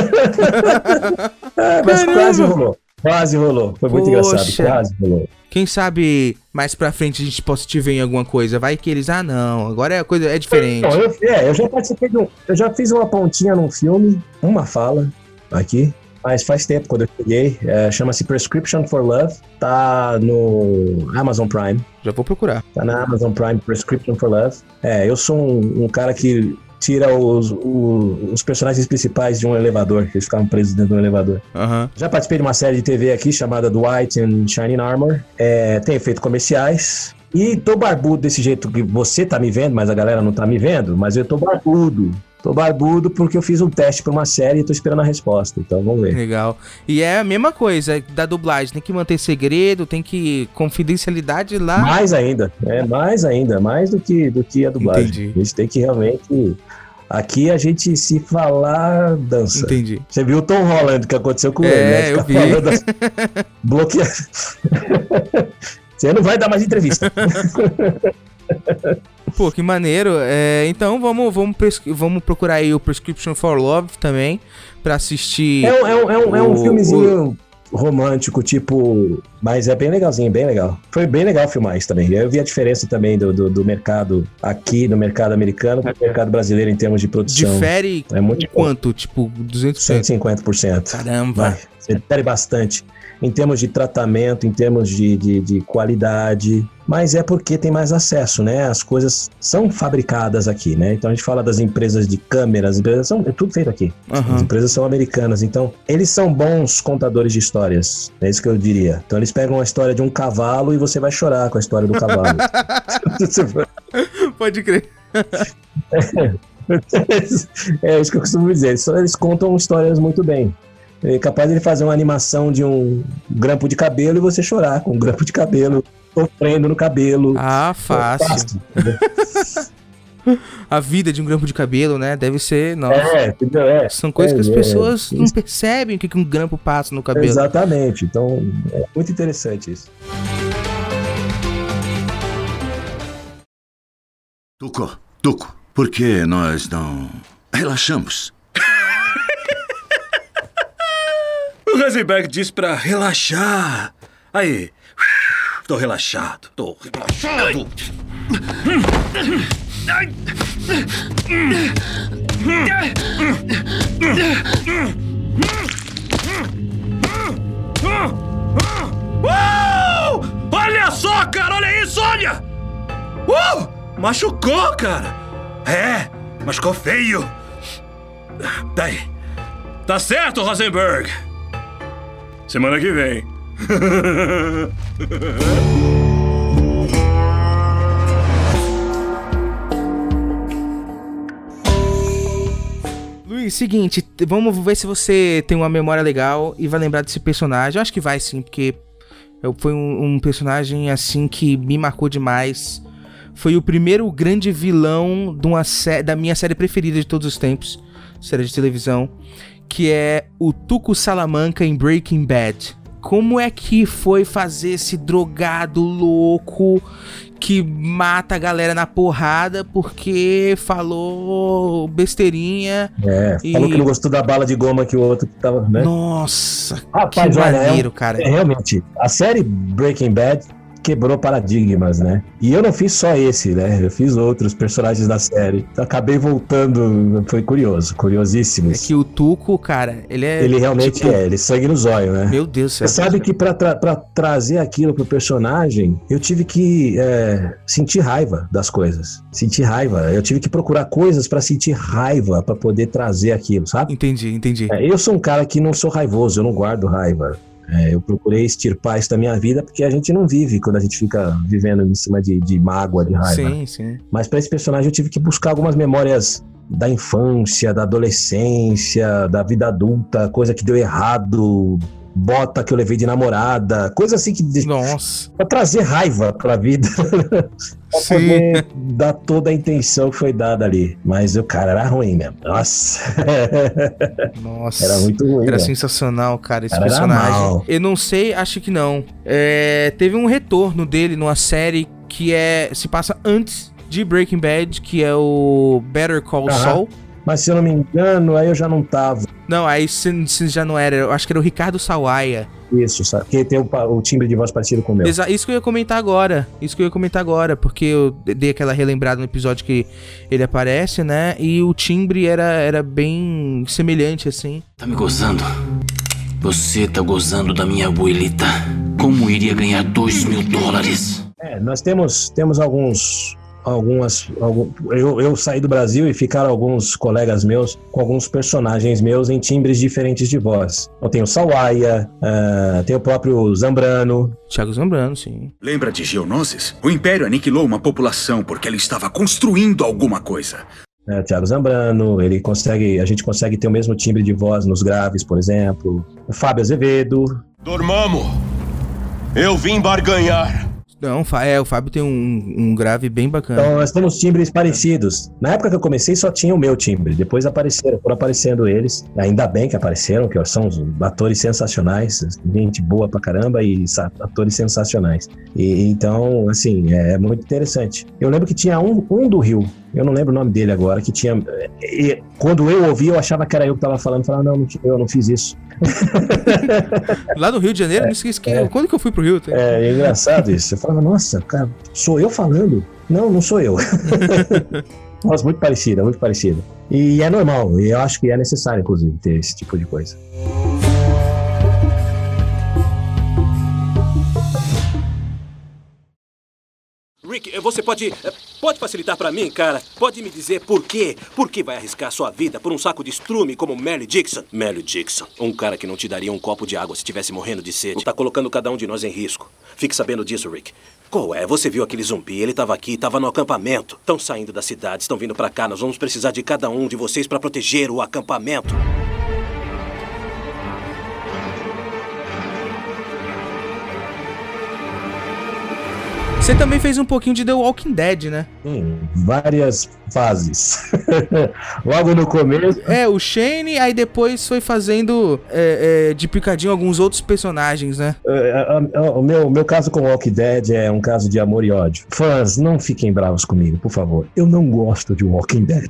É, mas quase rolou. Quase rolou. Foi muito Poxa. engraçado. Quase rolou. Quem sabe mais pra frente a gente possa te ver em alguma coisa. Vai que eles, ah não, agora a coisa é diferente. Não, eu, é, eu já participei de um. Eu já fiz uma pontinha num filme, uma fala aqui. Mas faz tempo quando eu cheguei, é, chama-se Prescription for Love, tá no Amazon Prime. Já vou procurar. Tá na Amazon Prime, Prescription for Love. É, eu sou um, um cara que tira os, os, os personagens principais de um elevador, que eles ficavam presos dentro de um elevador. Uhum. Já participei de uma série de T V aqui chamada Dwight and Shining Armor. É, tenho feito comerciais. E tô barbudo desse jeito que você tá me vendo, mas a galera não tá me vendo, mas eu tô barbudo. Tô barbudo porque eu fiz um teste pra uma série e tô esperando a resposta, então vamos ver. Legal. E é a mesma coisa da dublagem, tem que manter segredo, tem que confidencialidade lá. Mais ainda, é mais ainda, mais do que, do que a dublagem. Entendi. A gente tem que realmente... Aqui a gente se falar, dança. Entendi. Você viu o Tom Holland que aconteceu com é, ele, né? É, eu vi. Das... Bloqueado. Você não vai dar mais entrevista. Pô, que maneiro. É, então vamos, vamos, vamos procurar aí o Prescription for Love também, pra assistir. É um, é um, é um, o, é um filmezinho. O... romântico, tipo... Mas é bem legalzinho, bem legal. Foi bem legal filmar isso também. Eu vi a diferença também do, do, do mercado aqui, no mercado americano, pro mercado brasileiro em termos de produção. Difere é muito quanto? Tipo, duzentos por cento? cento e cinquenta por cento. Caramba! Vai, difere bastante. Em termos de tratamento, em termos de, de, de qualidade, mas é porque tem mais acesso, né? As coisas são fabricadas aqui, né? Então a gente fala das empresas de câmeras, empresas são, é tudo feito aqui. Uhum. As empresas são americanas, então eles são bons contadores de histórias, é isso que eu diria. Então eles pegam a história de um cavalo e você vai chorar com a história do cavalo. Pode crer. É isso que eu costumo dizer, eles, eles contam histórias muito bem. É capaz de ele fazer uma animação de um grampo de cabelo e você chorar com um grampo de cabelo, sofrendo no cabelo. Ah, fácil. É a vida de um grampo de cabelo, né? Deve ser... Nossa. É, é, São coisas é, que as pessoas é, não percebem o que um grampo passa no cabelo. Exatamente. Então, é muito interessante isso. Tuco, Tuco, por que nós não relaxamos? O Heisenberg disse pra relaxar. Aí. Tô relaxado. Tô relaxado. Uh! Olha só, cara. Olha isso, olha. Uh! Machucou, cara. É, machucou feio. Daí. Tá certo, Heisenberg. Semana que vem. Luiz, seguinte, vamos ver se você tem uma memória legal e vai lembrar desse personagem. Eu acho que vai sim, porque foi um, um personagem assim que me marcou demais. Foi o primeiro grande vilão de uma sé- da minha série preferida de todos os tempos, série de televisão, que é o Tuco Salamanca em Breaking Bad. Como é que foi fazer esse drogado louco que mata a galera na porrada porque falou besteirinha? É, e... falou que não gostou da bala de goma que o outro tava, né? Nossa, rapaz, que olha, maneiro, é, cara. É, realmente, a série Breaking Bad quebrou paradigmas, né? E eu não fiz só esse, né? Eu fiz outros personagens da série. Acabei voltando, foi curioso, curiosíssimo. É que o Tuco, cara, ele é... Ele realmente tipo... é, ele sangue no zóio, né? Meu Deus do céu. Você sabe que pra, tra- pra trazer aquilo pro personagem, eu tive que é, sentir raiva das coisas. Sentir raiva. Eu tive que procurar coisas pra sentir raiva, pra poder trazer aquilo, sabe? Entendi, entendi. É, eu sou um cara que não sou raivoso, eu não guardo raiva. É, eu procurei extirpar isso da minha vida porque a gente não vive quando a gente fica vivendo em cima de, de mágoa, de raiva. Sim, sim. Mas para esse personagem eu tive que buscar algumas memórias da infância, da adolescência, da vida adulta, coisa que deu errado, bota que eu levei de namorada, coisa assim que... Nossa. Pra trazer raiva pra vida. Pra Sim. poder dar toda a intenção que foi dada ali. Mas o cara era ruim mesmo. Nossa. Nossa. Era muito ruim. Era né? sensacional, cara, esse Cara, era personagem. mal. Eu não sei, acho que não. É, teve um retorno dele numa série que é se passa antes de Breaking Bad, que é o Better Call Aham. Saul. Mas se eu não me engano, aí eu já não tava. Não, aí você já não era. Eu acho que era o Ricardo Sawaia. Isso, sabe? Que tem o, o timbre de voz parecido com o meu. Exa- isso que eu ia comentar agora. Isso que eu ia comentar agora. Porque eu dei aquela relembrada no episódio que ele aparece, né? E o timbre era, era bem semelhante, assim. Tá me gozando? Você tá gozando da minha abuelita. Como iria ganhar dois mil dólares? É, nós temos, temos alguns... Algumas. Algum, eu, eu saí do Brasil e ficaram alguns colegas meus com alguns personagens meus em timbres diferentes de voz. Eu tenho o Sawaia, uh, tem o próprio Zambrano. Thiago Zambrano, sim. Lembra de Geonosis? O Império aniquilou uma população porque ela estava construindo alguma coisa. É, Thiago Zambrano, ele consegue. A gente consegue ter o mesmo timbre de voz nos graves, por exemplo. O Fábio Azevedo. Dormamo! Eu vim barganhar! Não, é, o Fábio tem um, um grave bem bacana. Então nós temos timbres parecidos. Na época que eu comecei só tinha o meu timbre. Depois apareceram, foram aparecendo eles. Ainda bem que apareceram, que são atores sensacionais. Gente boa pra caramba e atores sensacionais. E, então, assim, é muito interessante. Eu lembro que tinha um, um do Rio. eu não lembro o nome dele agora, que tinha... E, quando eu ouvi, eu achava que era eu que tava falando, falava, não, não, eu não fiz isso. Lá no Rio de Janeiro, é, não esqueci que... É, quando que eu fui pro Rio? Tem? É, é engraçado isso. Eu falava, nossa, cara, sou eu falando? Não, não sou eu. Nossa, muito parecida, muito parecida. E é normal, e eu acho que é necessário, inclusive, ter esse tipo de coisa. Rick, você pode... Pode facilitar pra mim, cara? Pode me dizer por quê? Por que vai arriscar sua vida por um saco de estrume como Merle Dixon? Merle Dixon, um cara que não te daria um copo de água se estivesse morrendo de sede. Tá colocando cada um de nós em risco. Fique sabendo disso, Rick. Qual é? Você viu aquele zumbi? Ele tava aqui, tava no acampamento. Estão saindo da cidade, estão vindo pra cá. Nós vamos precisar de cada um de vocês pra proteger o acampamento. Você também fez um pouquinho de The Walking Dead, né? Hum, várias fases. Logo no começo... É, o Shane, aí depois foi fazendo é, é, de picadinho alguns outros personagens, né? É, o meu, meu caso com Walking Dead é um caso de amor e ódio. Fãs, não fiquem bravos comigo, por favor. Eu não gosto de Walking Dead.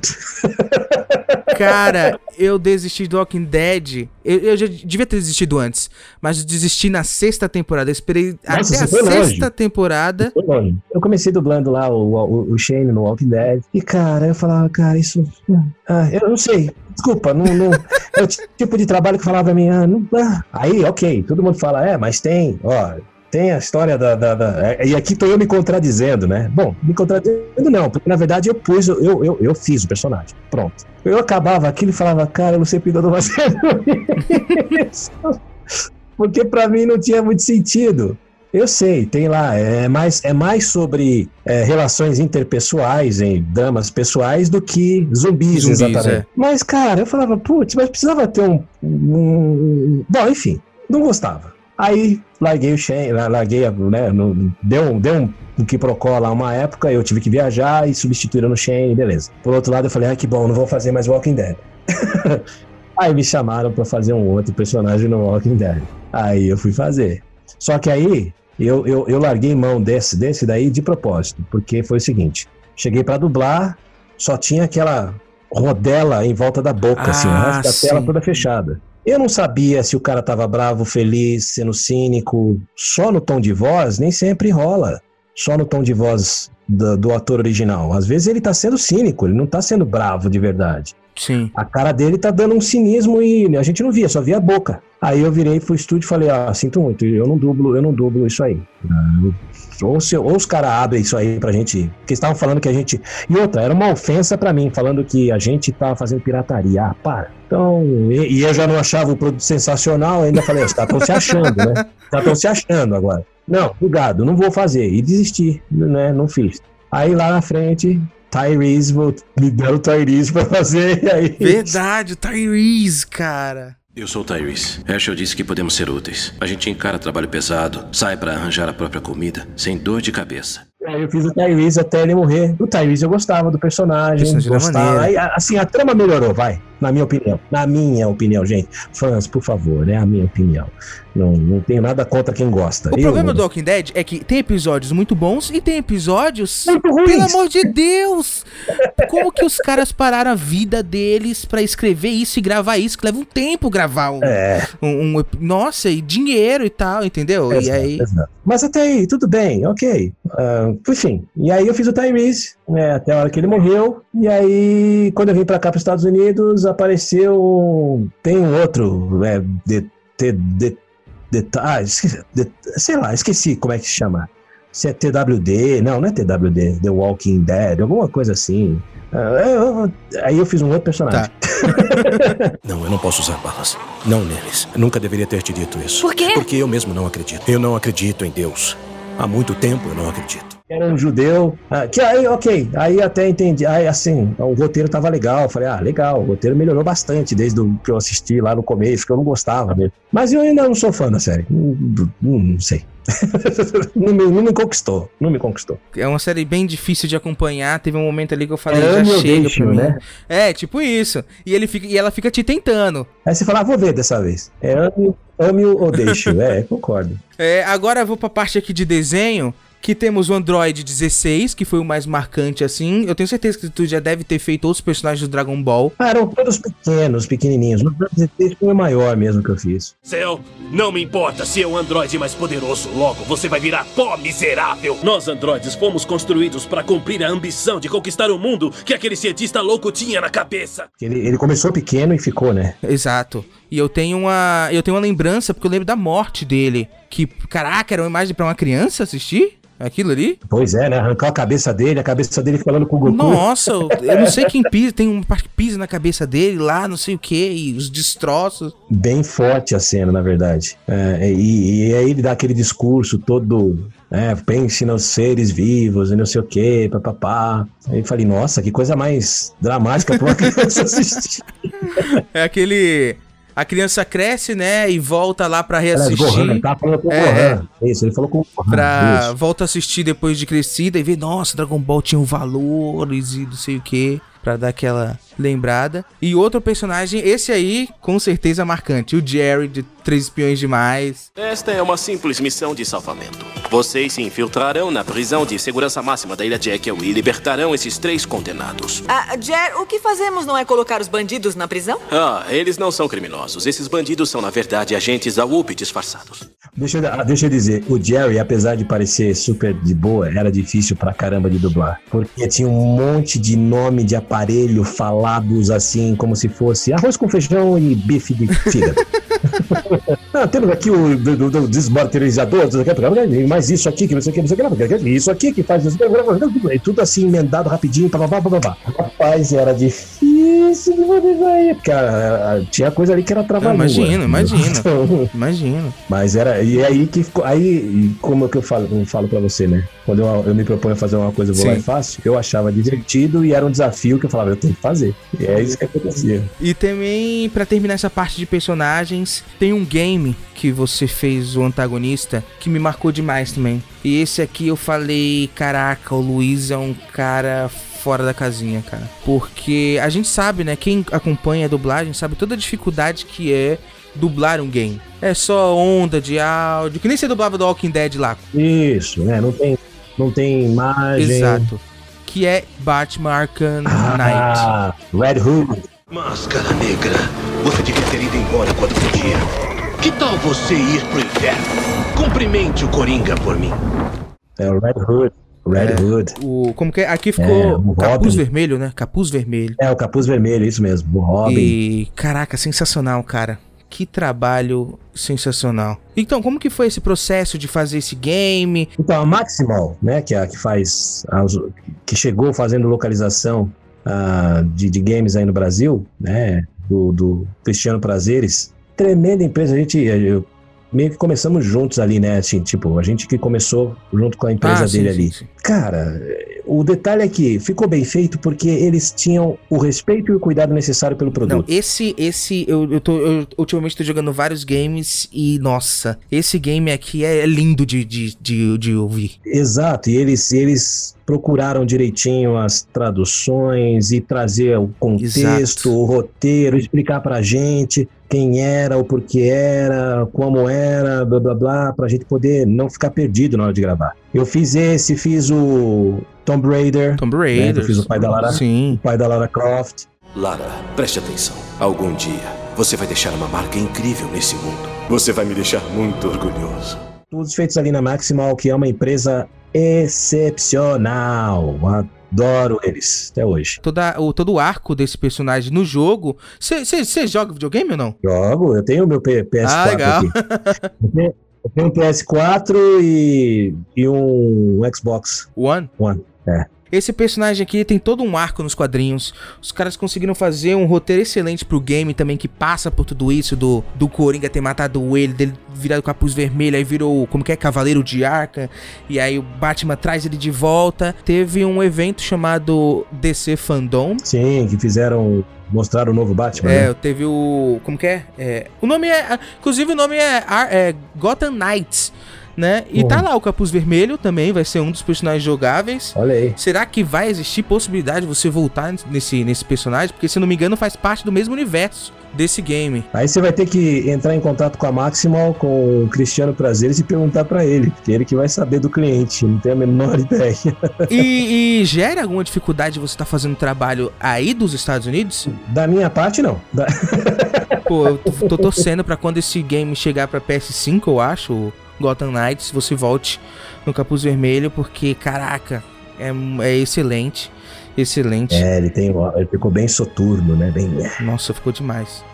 Cara, eu desisti do Walking Dead. Eu, eu já devia ter desistido antes, mas eu desisti na sexta temporada. Eu esperei Nossa, até a sexta longe. temporada. Eu comecei dublando lá o, o, o Shane no Walking Dead. E, cara, eu falava, cara, isso... Ah, eu não sei. Desculpa, não, não, é o tipo de trabalho que falava pra mim, ah, não, ah. Aí, ok, todo mundo fala, é, mas tem, ó... Tem a história da, da, da... E aqui tô eu me contradizendo, né? Bom, me contradizendo não, porque na verdade eu pus, eu, eu, eu fiz o personagem. Pronto. Eu acabava aquilo e falava, cara, eu não sei porque eu tô fazendo isso. Porque pra mim não tinha muito sentido. Eu sei, tem lá, é mais, é mais sobre é, relações interpessoais, em dramas pessoais, do que zumbis, zumbis exatamente. É. Mas, cara, eu falava, putz, mas precisava ter um, um... Bom, enfim, não gostava. Aí, larguei o Shane, larguei, né, no, deu, deu um, um quiprocó lá uma época, eu tive que viajar e substituíram no Shane, beleza. Por outro lado, eu falei, ah, que bom, não vou fazer mais Walking Dead. Aí me chamaram pra fazer um outro personagem no Walking Dead. Aí eu fui fazer. Só que aí, eu, eu, eu larguei mão desse, desse daí de propósito, porque foi o seguinte, cheguei pra dublar, só tinha aquela rodela em volta da boca, ah, assim, o resto da tela toda fechada. Eu não sabia se o cara tava bravo, feliz, sendo cínico. Só no tom de voz nem sempre rola. Só no tom de voz do, do ator original. Às vezes ele tá sendo cínico, ele não tá sendo bravo de verdade. Sim. A cara dele tá dando um cinismo e a gente não via, só via a boca. Aí eu virei pro estúdio e falei, ah, sinto muito, eu não dublo, eu não dublo isso aí. Ou, se, ou os caras abrem isso aí pra gente, porque estavam falando que a gente... E outra, era uma ofensa pra mim, falando que a gente tava fazendo pirataria. Ah, para. Então, e, e eu já não achava o produto sensacional, ainda falei, os caras estão se achando, né? Os caras estão se achando agora. Não, obrigado, não vou fazer. E desisti, né? Não fiz. Aí lá na frente... Tyrese, me deram o Tyrese pra fazer, e aí... Verdade, o Tyrese, cara. Eu sou o Tyrese. Herschel disse que podemos ser úteis. A gente encara trabalho pesado, sai pra arranjar a própria comida, sem dor de cabeça. Aí eu fiz o Tyrese até ele morrer. O Tyrese eu gostava do personagem, gostava. Aí, assim, a trama melhorou, vai, na minha opinião. Na minha opinião, gente. Fãs, por favor, é a minha opinião. Não, não tenho nada contra quem gosta. O eu, problema do Walking Dead é que tem episódios muito bons e tem episódios... Muito ruins. Pelo amor de Deus! Como que os caras pararam a vida deles pra escrever isso e gravar isso? Que leva um tempo gravar um... É. um, um nossa, e dinheiro e tal, entendeu? Exato, e aí... Exato. Mas até aí, tudo bem, ok. Uh, enfim, e aí eu fiz o Tyrese, né, até a hora que ele morreu. E aí, quando eu vim pra cá, pros Estados Unidos, apareceu... Tem um outro, é, de, de, de, de, ah, esqueci, de, sei lá, esqueci como é que se chama. Se é T W D, não, não é T W D, The Walking Dead, alguma coisa assim. Uh, eu, aí eu fiz um outro personagem. Tá. Não, eu não posso usar balas. Não neles. Eu nunca deveria ter te dito isso. Por quê? Porque eu mesmo não acredito. Eu não acredito em Deus. Há muito tempo eu não acredito. Era um judeu, ah, que aí, ok, aí até entendi, aí assim, o roteiro tava legal, falei, ah, legal, o roteiro melhorou bastante desde o que eu assisti lá no começo, que eu não gostava mesmo. Mas eu ainda não sou fã da série, não, não, não sei. não, me, não me conquistou, não me conquistou. É uma série bem difícil de acompanhar, teve um momento ali que eu falei, é, já chega pra mim. Né? É, tipo isso, e, ele fica, e ela fica te tentando. Aí você fala, ah, vou ver dessa vez. É ame, ame ou deixe, é, concordo. É, agora eu vou pra parte aqui de desenho. que temos o Android dezesseis, que foi o mais marcante, assim. Eu tenho certeza que tu já deve ter feito outros personagens do Dragon Ball. Ah, eram todos pequenos, pequenininhos. No dezesseis foi o maior mesmo que eu fiz. Céu, não me importa se é o androide mais poderoso. Logo, você vai virar pó miserável. Nós, androides, fomos construídos para cumprir a ambição de conquistar o mundo que aquele cientista louco tinha na cabeça. Ele, ele começou pequeno e ficou, né? Exato. E eu tenho uma eu tenho uma lembrança, porque eu lembro da morte dele. Que, caraca, era uma imagem pra uma criança assistir? Aquilo ali? Pois é, né? Arrancar a cabeça dele, a cabeça dele falando com o Goku. Nossa, eu não sei quem pisa, tem um parte que pisa na cabeça dele lá, não sei o que, e os destroços. Bem forte a cena, na verdade. É, e, e aí ele dá aquele discurso todo, né? Pense nos seres vivos e não sei o que, papapá. Aí eu falei, nossa, que coisa mais dramática pra uma criança assistir. É aquele... A criança cresce, né, e volta lá pra reassistir. Gohan, tá falando com o é, Gohan. Isso, ele falou com o Gohan. Pra... Isso. Volta a assistir depois de crescida e ver, nossa, Dragon Ball tinha um valores e não sei o que, pra dar aquela lembrada. E outro personagem, esse aí, com certeza marcante, o Jerry, de Três Espiões Demais. Esta é uma simples missão de salvamento. Vocês se infiltrarão na prisão de segurança máxima da Ilha Jekyll e libertarão esses três condenados. Ah, Jer, o que fazemos não é colocar os bandidos na prisão? Ah, eles não são criminosos. Esses bandidos são, na verdade, agentes da U P disfarçados. Deixa eu, deixa eu dizer, o Jerry, apesar de parecer super de boa, era difícil pra caramba de dublar. Porque tinha um monte de nome de aparelho falados assim, como se fosse arroz com feijão e bife de fígado. Ah, temos aqui o do, do desmartirizador, mas isso aqui que você quer, você quer, isso aqui que faz isso, e tudo assim emendado rapidinho, blá, blá, blá, blá. Rapaz, era difícil de fazer, porque tinha coisa ali que era trabalho. Imagina, imagina, então, imagina. Mas era, e é aí que ficou, aí, como é que eu falo, eu falo pra você, né? Quando eu, eu me proponho a fazer uma coisa, eu vou Sim. lá e faço, eu achava divertido e era um desafio que eu falava, eu tenho que fazer. E é isso que acontecia. E também, pra terminar essa parte de personagens, tem um game que você fez o antagonista que me marcou demais também. E esse aqui eu falei, caraca, o Luiz é um cara fora da casinha, cara. Porque a gente sabe, né, quem acompanha a dublagem sabe toda a dificuldade que é dublar um game. É só onda de áudio, que nem você dublava do Walking Dead lá. Isso, né, não tem, não tem imagem. Exato. Que é Batman Arkham ah, Knight. Ah, Red Hood. Máscara Negra, você devia ter ido embora quando podia. Que tal você ir pro inferno? Cumprimente o Coringa por mim. É o Red Hood. Red é, Hood. O, como que é? Aqui ficou é, Capuz Vermelho, né? Capuz Vermelho. É, o Capuz Vermelho, isso mesmo. O Robin. E, caraca, sensacional, cara. Que trabalho sensacional. Então, como que foi esse processo de fazer esse game? Então, a Maximal, né, que é a que faz, a, que chegou fazendo localização uh, de, de games aí no Brasil, né, do, do Cristiano Prazeres, tremenda empresa. A gente, eu, meio que começamos juntos ali, né, assim, tipo, a gente que começou junto com a empresa ah, dele sim, ali. Sim, sim. Cara, o detalhe é que ficou bem feito porque eles tinham o respeito e o cuidado necessário pelo produto. Não, esse, esse, eu, eu tô, eu ultimamente tô jogando vários games e, nossa, esse game aqui é lindo de, de, de, de ouvir. Exato, e eles, eles procuraram direitinho as traduções e trazer o contexto, Exato. o roteiro, explicar pra gente quem era, o porquê era, como era, blá blá blá, pra gente poder não ficar perdido na hora de gravar. Eu fiz esse, fiz o Tomb Raider. Tomb Raider. Né? Eu fiz o pai da Lara, Sim. o pai da Lara Croft. Lara, preste atenção. Algum dia você vai deixar uma marca incrível nesse mundo. Você vai me deixar muito orgulhoso. Todos feitos ali na Maximal, que é uma empresa excepcional. Adoro eles, até hoje. Toda, o, todo o arco desse personagem no jogo... Você joga videogame ou não? Jogo, eu tenho o meu P S quatro ah, legal. aqui. Eu tenho, eu tenho um P S quatro e, e um Xbox One? One, é. Esse personagem aqui tem todo um arco nos quadrinhos. Os caras conseguiram fazer um roteiro excelente pro game também, que passa por tudo isso, do, do Coringa ter matado ele, dele virar o capuz vermelho, aí virou, como que é, Cavaleiro de Arkham, e aí o Batman traz ele de volta. Teve um evento chamado D C Fandom. Sim, que fizeram... Mostraram o novo Batman, É, né? teve o... Como que é? é o nome é... Inclusive o nome é, é Gotham Knights. né? E Uhum. tá lá o Capuz Vermelho também, vai ser um dos personagens jogáveis. Olha aí. Será que vai existir possibilidade de você voltar nesse, nesse personagem? Porque, se eu não me engano, faz parte do mesmo universo desse game. Aí você vai ter que entrar em contato com a Maximal, com o Cristiano Prazeres e perguntar pra ele, porque ele que vai saber do cliente, não tem a menor ideia. E, e gera alguma dificuldade de você estar tá fazendo trabalho aí dos Estados Unidos? Da minha parte, não. Da... Pô, eu tô, tô torcendo pra quando esse game chegar pra P S cinco, eu acho, o Gotham Knights, você volte no Capuz Vermelho, porque, caraca, é, é excelente, excelente. É, ele, tem, ele ficou bem soturno, né? Bem... Nossa, ficou demais.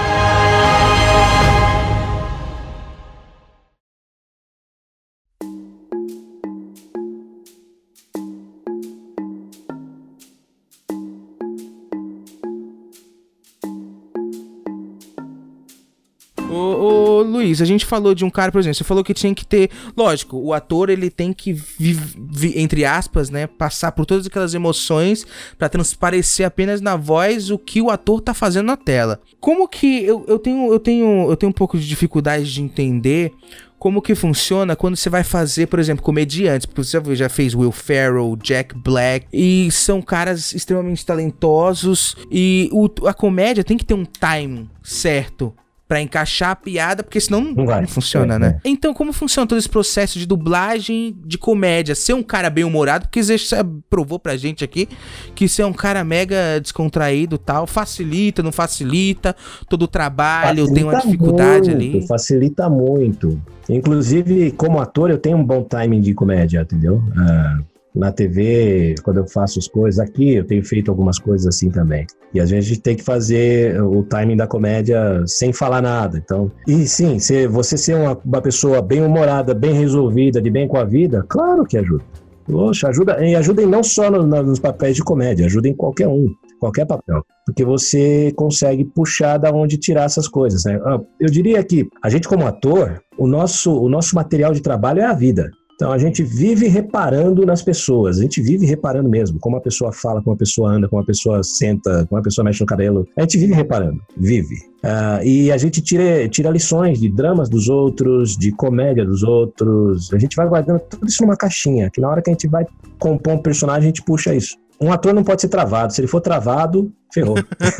Ô, ô, Luiz, a gente falou de um cara, por exemplo, você falou que tinha que ter, lógico, o ator ele tem que, vi, vi, entre aspas, né, passar por todas aquelas emoções pra transparecer apenas na voz o que o ator tá fazendo na tela. Como que eu, eu tenho, eu tenho, eu tenho um pouco de dificuldade de entender como que funciona quando você vai fazer, por exemplo, comediantes, porque você já fez Will Ferrell, Jack Black, e são caras extremamente talentosos, e o, a comédia tem que ter um timing certo pra encaixar a piada, porque senão não, não funciona, é, né? É. Então, como funciona todo esse processo de dublagem de comédia? Ser um cara bem humorado, porque você provou pra gente aqui que ser um cara mega descontraído e tal, facilita, não facilita, todo o trabalho, facilita, tem uma dificuldade muito, ali. Facilita muito. Inclusive, como ator, eu tenho um bom timing de comédia, entendeu? Ah, na T V, quando eu faço as coisas aqui, eu tenho feito algumas coisas assim também. E às vezes a gente tem que fazer o timing da comédia sem falar nada. Então, e sim, se você ser uma, uma pessoa bem humorada, bem resolvida, de bem com a vida, claro que ajuda. Poxa, ajuda, e ajuda não só no, no, nos papéis de comédia, ajuda em qualquer um, qualquer papel. Porque você consegue puxar da onde tirar essas coisas, né? Eu diria que a gente como ator, o nosso, o nosso material de trabalho é a vida. Então a gente vive reparando nas pessoas, a gente vive reparando mesmo, como a pessoa fala, como a pessoa anda, como a pessoa senta, como a pessoa mexe no cabelo, a gente vive reparando, vive. Uh, e a gente tira, tira lições de dramas dos outros, de comédia dos outros, a gente vai guardando tudo isso numa caixinha, que na hora que a gente vai compor um personagem, a gente puxa isso. Um ator não pode ser travado, se ele for travado, ferrou.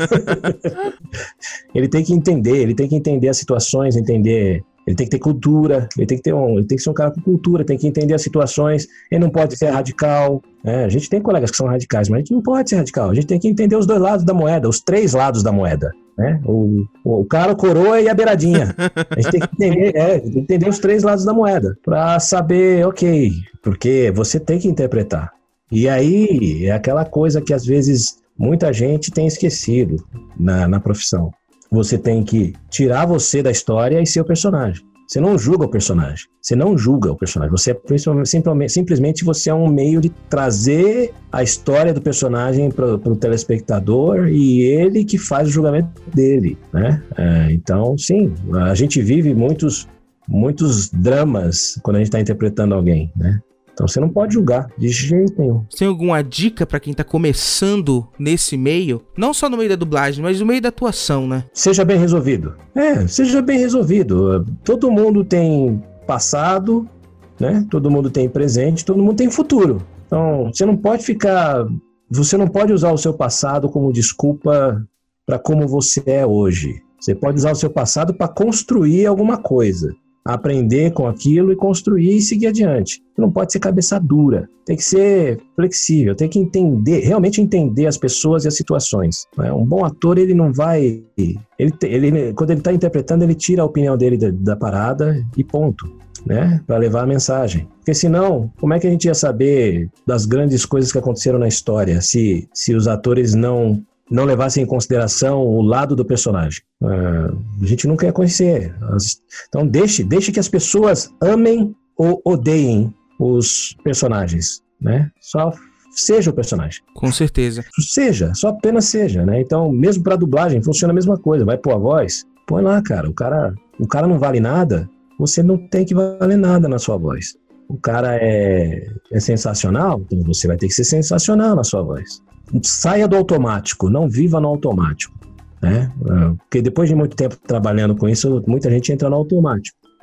Ele tem que entender, ele tem que entender as situações, entender... Ele tem que ter cultura, ele tem que ter um, ele tem que ser um cara com cultura, tem que entender as situações, ele não pode ser radical, né? A gente tem colegas que são radicais, mas a gente não pode ser radical, a gente tem que entender os dois lados da moeda, os três lados da moeda, né? O, o, o cara, o coroa e a beiradinha. A gente tem que entender, é, tem que entender os três lados da moeda, pra saber, ok, porque você tem que interpretar. E aí, é aquela coisa que às vezes muita gente tem esquecido na, na profissão. Você tem que tirar você da história e ser o personagem. Você não julga o personagem. Você não julga o personagem. Você é simplesmente, simplesmente você é um meio de trazer a história do personagem para o telespectador e ele que faz o julgamento dele, né? É, então, sim, a gente vive muitos, muitos dramas quando a gente está interpretando alguém, né? Então você não pode julgar, de jeito nenhum. Tem alguma dica pra quem tá começando nesse meio? Não só no meio da dublagem, mas no meio da atuação, né? Seja bem resolvido. É, seja bem resolvido. Todo mundo tem passado, né? Todo mundo tem presente, todo mundo tem futuro. Então, você não pode ficar... Você não pode usar o seu passado como desculpa para como você é hoje. Você pode usar o seu passado para construir alguma coisa. Aprender com aquilo e construir e seguir adiante. Não pode ser cabeça dura, tem que ser flexível, tem que entender, realmente entender as pessoas e as situações. Um bom ator, ele não vai... Ele, ele, quando ele está interpretando, ele tira a opinião dele da, da parada e ponto, né? Para levar a mensagem. Porque senão, como é que a gente ia saber das grandes coisas que aconteceram na história se, se os atores não... não levassem em consideração o lado do personagem? Uh, a gente nunca ia conhecer. Então deixe, deixe que as pessoas amem ou odeiem os personagens, né? Só seja o personagem. Com certeza. Seja, só apenas seja, né? Então, mesmo pra dublagem, funciona a mesma coisa. Vai pôr a voz, põe lá, cara. O cara, o cara não vale nada, você não tem que valer nada na sua voz. O cara é, é sensacional, então você vai ter que ser sensacional na sua voz. Saia do automático, não viva no automático, né? Porque depois de muito tempo trabalhando com isso, muita gente entra no automático.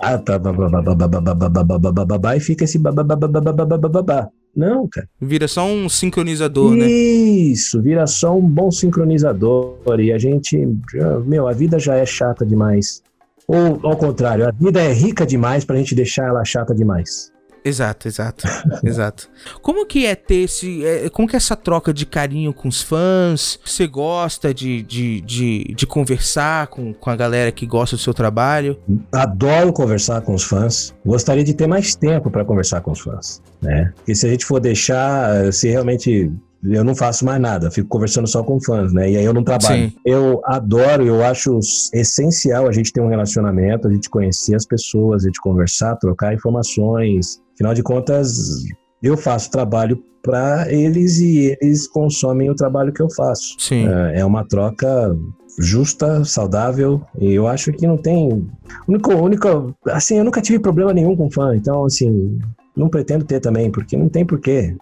Ah, tá, babá, e fica esse babá. Não, cara. Vira só um sincronizador, né? Isso, vira só um bom sincronizador. E a gente, meu, a vida já é chata demais. Ou, ao contrário, a vida é rica demais pra gente deixar ela chata demais. Exato, exato, exato. Como que é ter esse... É, como que é essa troca de carinho com os fãs? Você gosta de, de, de, de conversar com, com a galera que gosta do seu trabalho? Adoro conversar com os fãs. Gostaria de ter mais tempo para conversar com os fãs, né? Porque se a gente for deixar, se realmente... Eu não faço mais nada, fico conversando só com fãs, né? E aí eu não trabalho. Sim. Eu adoro, eu acho essencial a gente ter um relacionamento, a gente conhecer as pessoas, a gente conversar, trocar informações. Afinal de contas, eu faço trabalho para eles e eles consomem o trabalho que eu faço. Sim. É uma troca justa, saudável, e eu acho que não tem... Único, único, assim, eu nunca tive problema nenhum com fã, então, assim, não pretendo ter também, porque não tem porquê.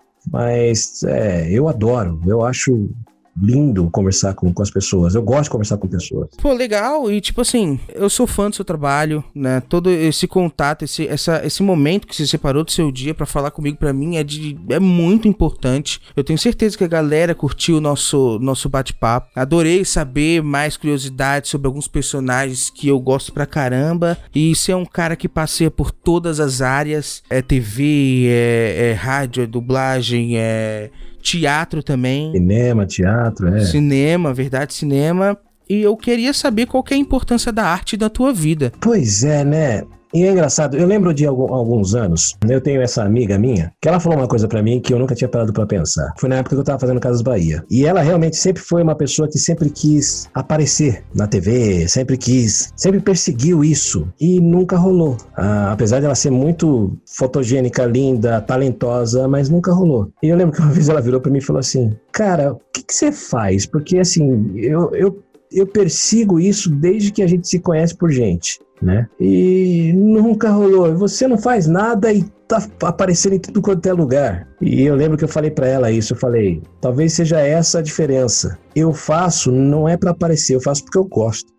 Mas é, eu adoro, eu acho lindo conversar com, com as pessoas, eu gosto de conversar com pessoas. Pô, legal, e tipo assim, eu sou fã do seu trabalho, né, todo esse contato, esse, essa, esse momento que você separou do seu dia pra falar comigo, pra mim, é, de, é muito importante. Eu tenho certeza que a galera curtiu o nosso, nosso bate-papo, adorei saber mais curiosidades sobre alguns personagens que eu gosto pra caramba, e você é um cara que passeia por todas as áreas, é T V, é, é rádio, é dublagem, é... teatro também. Cinema, teatro, é. Cinema, verdade, cinema. E eu queria saber qual que é a importância da arte da tua vida. Pois é, né? E é engraçado, eu lembro de algum, alguns anos, eu tenho essa amiga minha, que ela falou uma coisa pra mim que eu nunca tinha parado pra pensar. Foi na época que eu tava fazendo Casas Bahia. E ela realmente sempre foi uma pessoa que sempre quis aparecer na T V, sempre quis, sempre perseguiu isso. E nunca rolou. Ah, apesar de ela ser muito fotogênica, linda, talentosa, mas nunca rolou. E eu lembro que uma vez ela virou pra mim e falou assim, cara, o que que você faz? Porque assim, eu, eu, eu persigo isso desde que a gente se conhece por gente. Né? E nunca rolou. Você não faz nada e tá aparecendo em tudo quanto é lugar. E eu lembro que eu falei pra ela isso. Eu falei, talvez seja essa a diferença. Eu faço não é pra aparecer, eu faço porque eu gosto.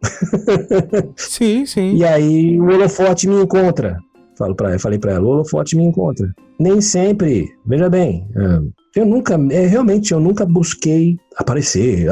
Sim, sim. E aí o holofote me encontra. Falo pra, eu falei pra ela, o holofote me encontra. Nem sempre, veja bem, eu nunca, é, realmente eu nunca busquei aparecer,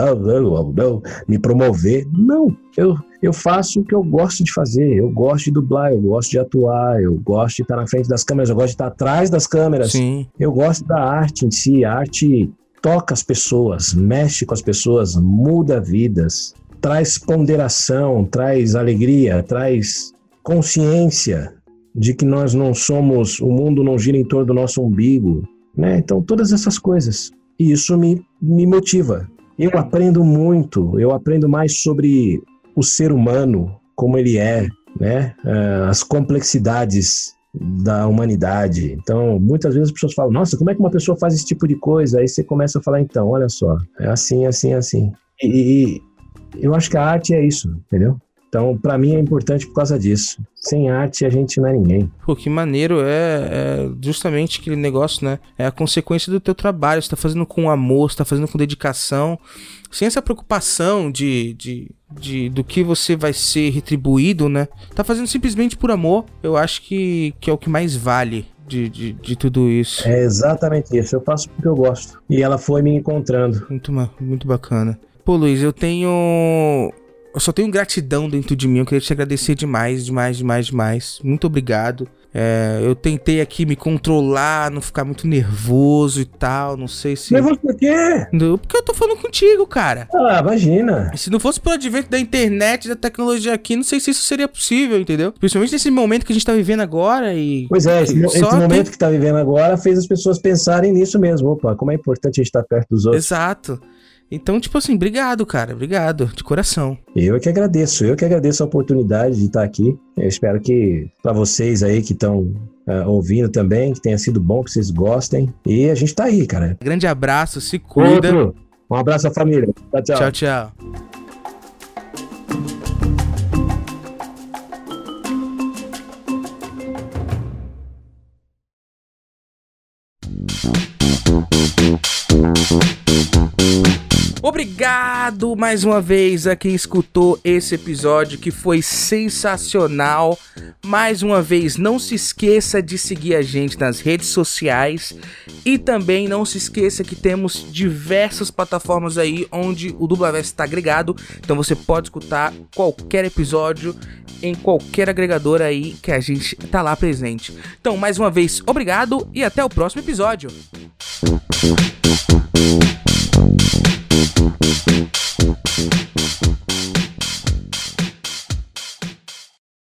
me promover. Não, eu Eu faço o que eu gosto de fazer, eu gosto de dublar, eu gosto de atuar, eu gosto de estar na frente das câmeras, eu gosto de estar atrás das câmeras. Sim. Eu gosto da arte em si, a arte toca as pessoas, mexe com as pessoas, muda vidas, traz ponderação, traz alegria, traz consciência de que nós não somos, o mundo não gira em torno do nosso umbigo, né? Então todas essas coisas, e isso me, me motiva. Eu aprendo muito, eu aprendo mais sobre o ser humano, como ele é, né? As complexidades da humanidade. Então, muitas vezes as pessoas falam, nossa, como é que uma pessoa faz esse tipo de coisa? Aí você começa a falar, então, olha só, é assim, assim, assim. E, e eu acho que a arte é isso, entendeu? Então, pra mim é importante por causa disso. Sem arte a gente não é ninguém. Pô, que maneiro, é, é justamente aquele negócio, né? É a consequência do teu trabalho, você tá fazendo com amor, você tá fazendo com dedicação, sem essa preocupação de, de, de, do que você vai ser retribuído, né? Tá fazendo simplesmente por amor, eu acho que, que é o que mais vale de, de, de tudo isso. É exatamente isso, eu faço porque eu gosto. E ela foi me encontrando. Muito, muito bacana. Pô, Luiz, eu tenho... Eu só tenho gratidão dentro de mim, eu queria te agradecer demais, demais, demais, demais. Muito obrigado. É, eu tentei aqui me controlar, não ficar muito nervoso e tal, não sei se... Nervoso por quê? Não, porque eu tô falando contigo, cara. Ah, imagina. Se não fosse pelo advento da internet, da tecnologia aqui, não sei se isso seria possível, entendeu? Principalmente nesse momento que a gente tá vivendo agora e... Pois é, esse, esse momento tem... que tá vivendo agora fez as pessoas pensarem nisso mesmo. Opa, como é importante a gente estar perto dos outros. Exato. Então, tipo assim, obrigado, cara, obrigado, de coração. Eu é que agradeço, eu que agradeço a oportunidade de estar aqui. Eu espero que pra vocês aí que estão uh, ouvindo também, que tenha sido bom, que vocês gostem. E a gente tá aí, cara. Grande abraço, se cuida. Outro. Um abraço à família. Tchau, tchau. Tchau, tchau. Obrigado mais uma vez a quem escutou esse episódio, que foi sensacional. Mais uma vez, não se esqueça de seguir a gente nas redes sociais e também não se esqueça que temos diversas plataformas aí onde o Dublaverso está agregado, então você pode escutar qualquer episódio em qualquer agregador aí que a gente tá lá presente. Então, mais uma vez, obrigado e até o próximo episódio.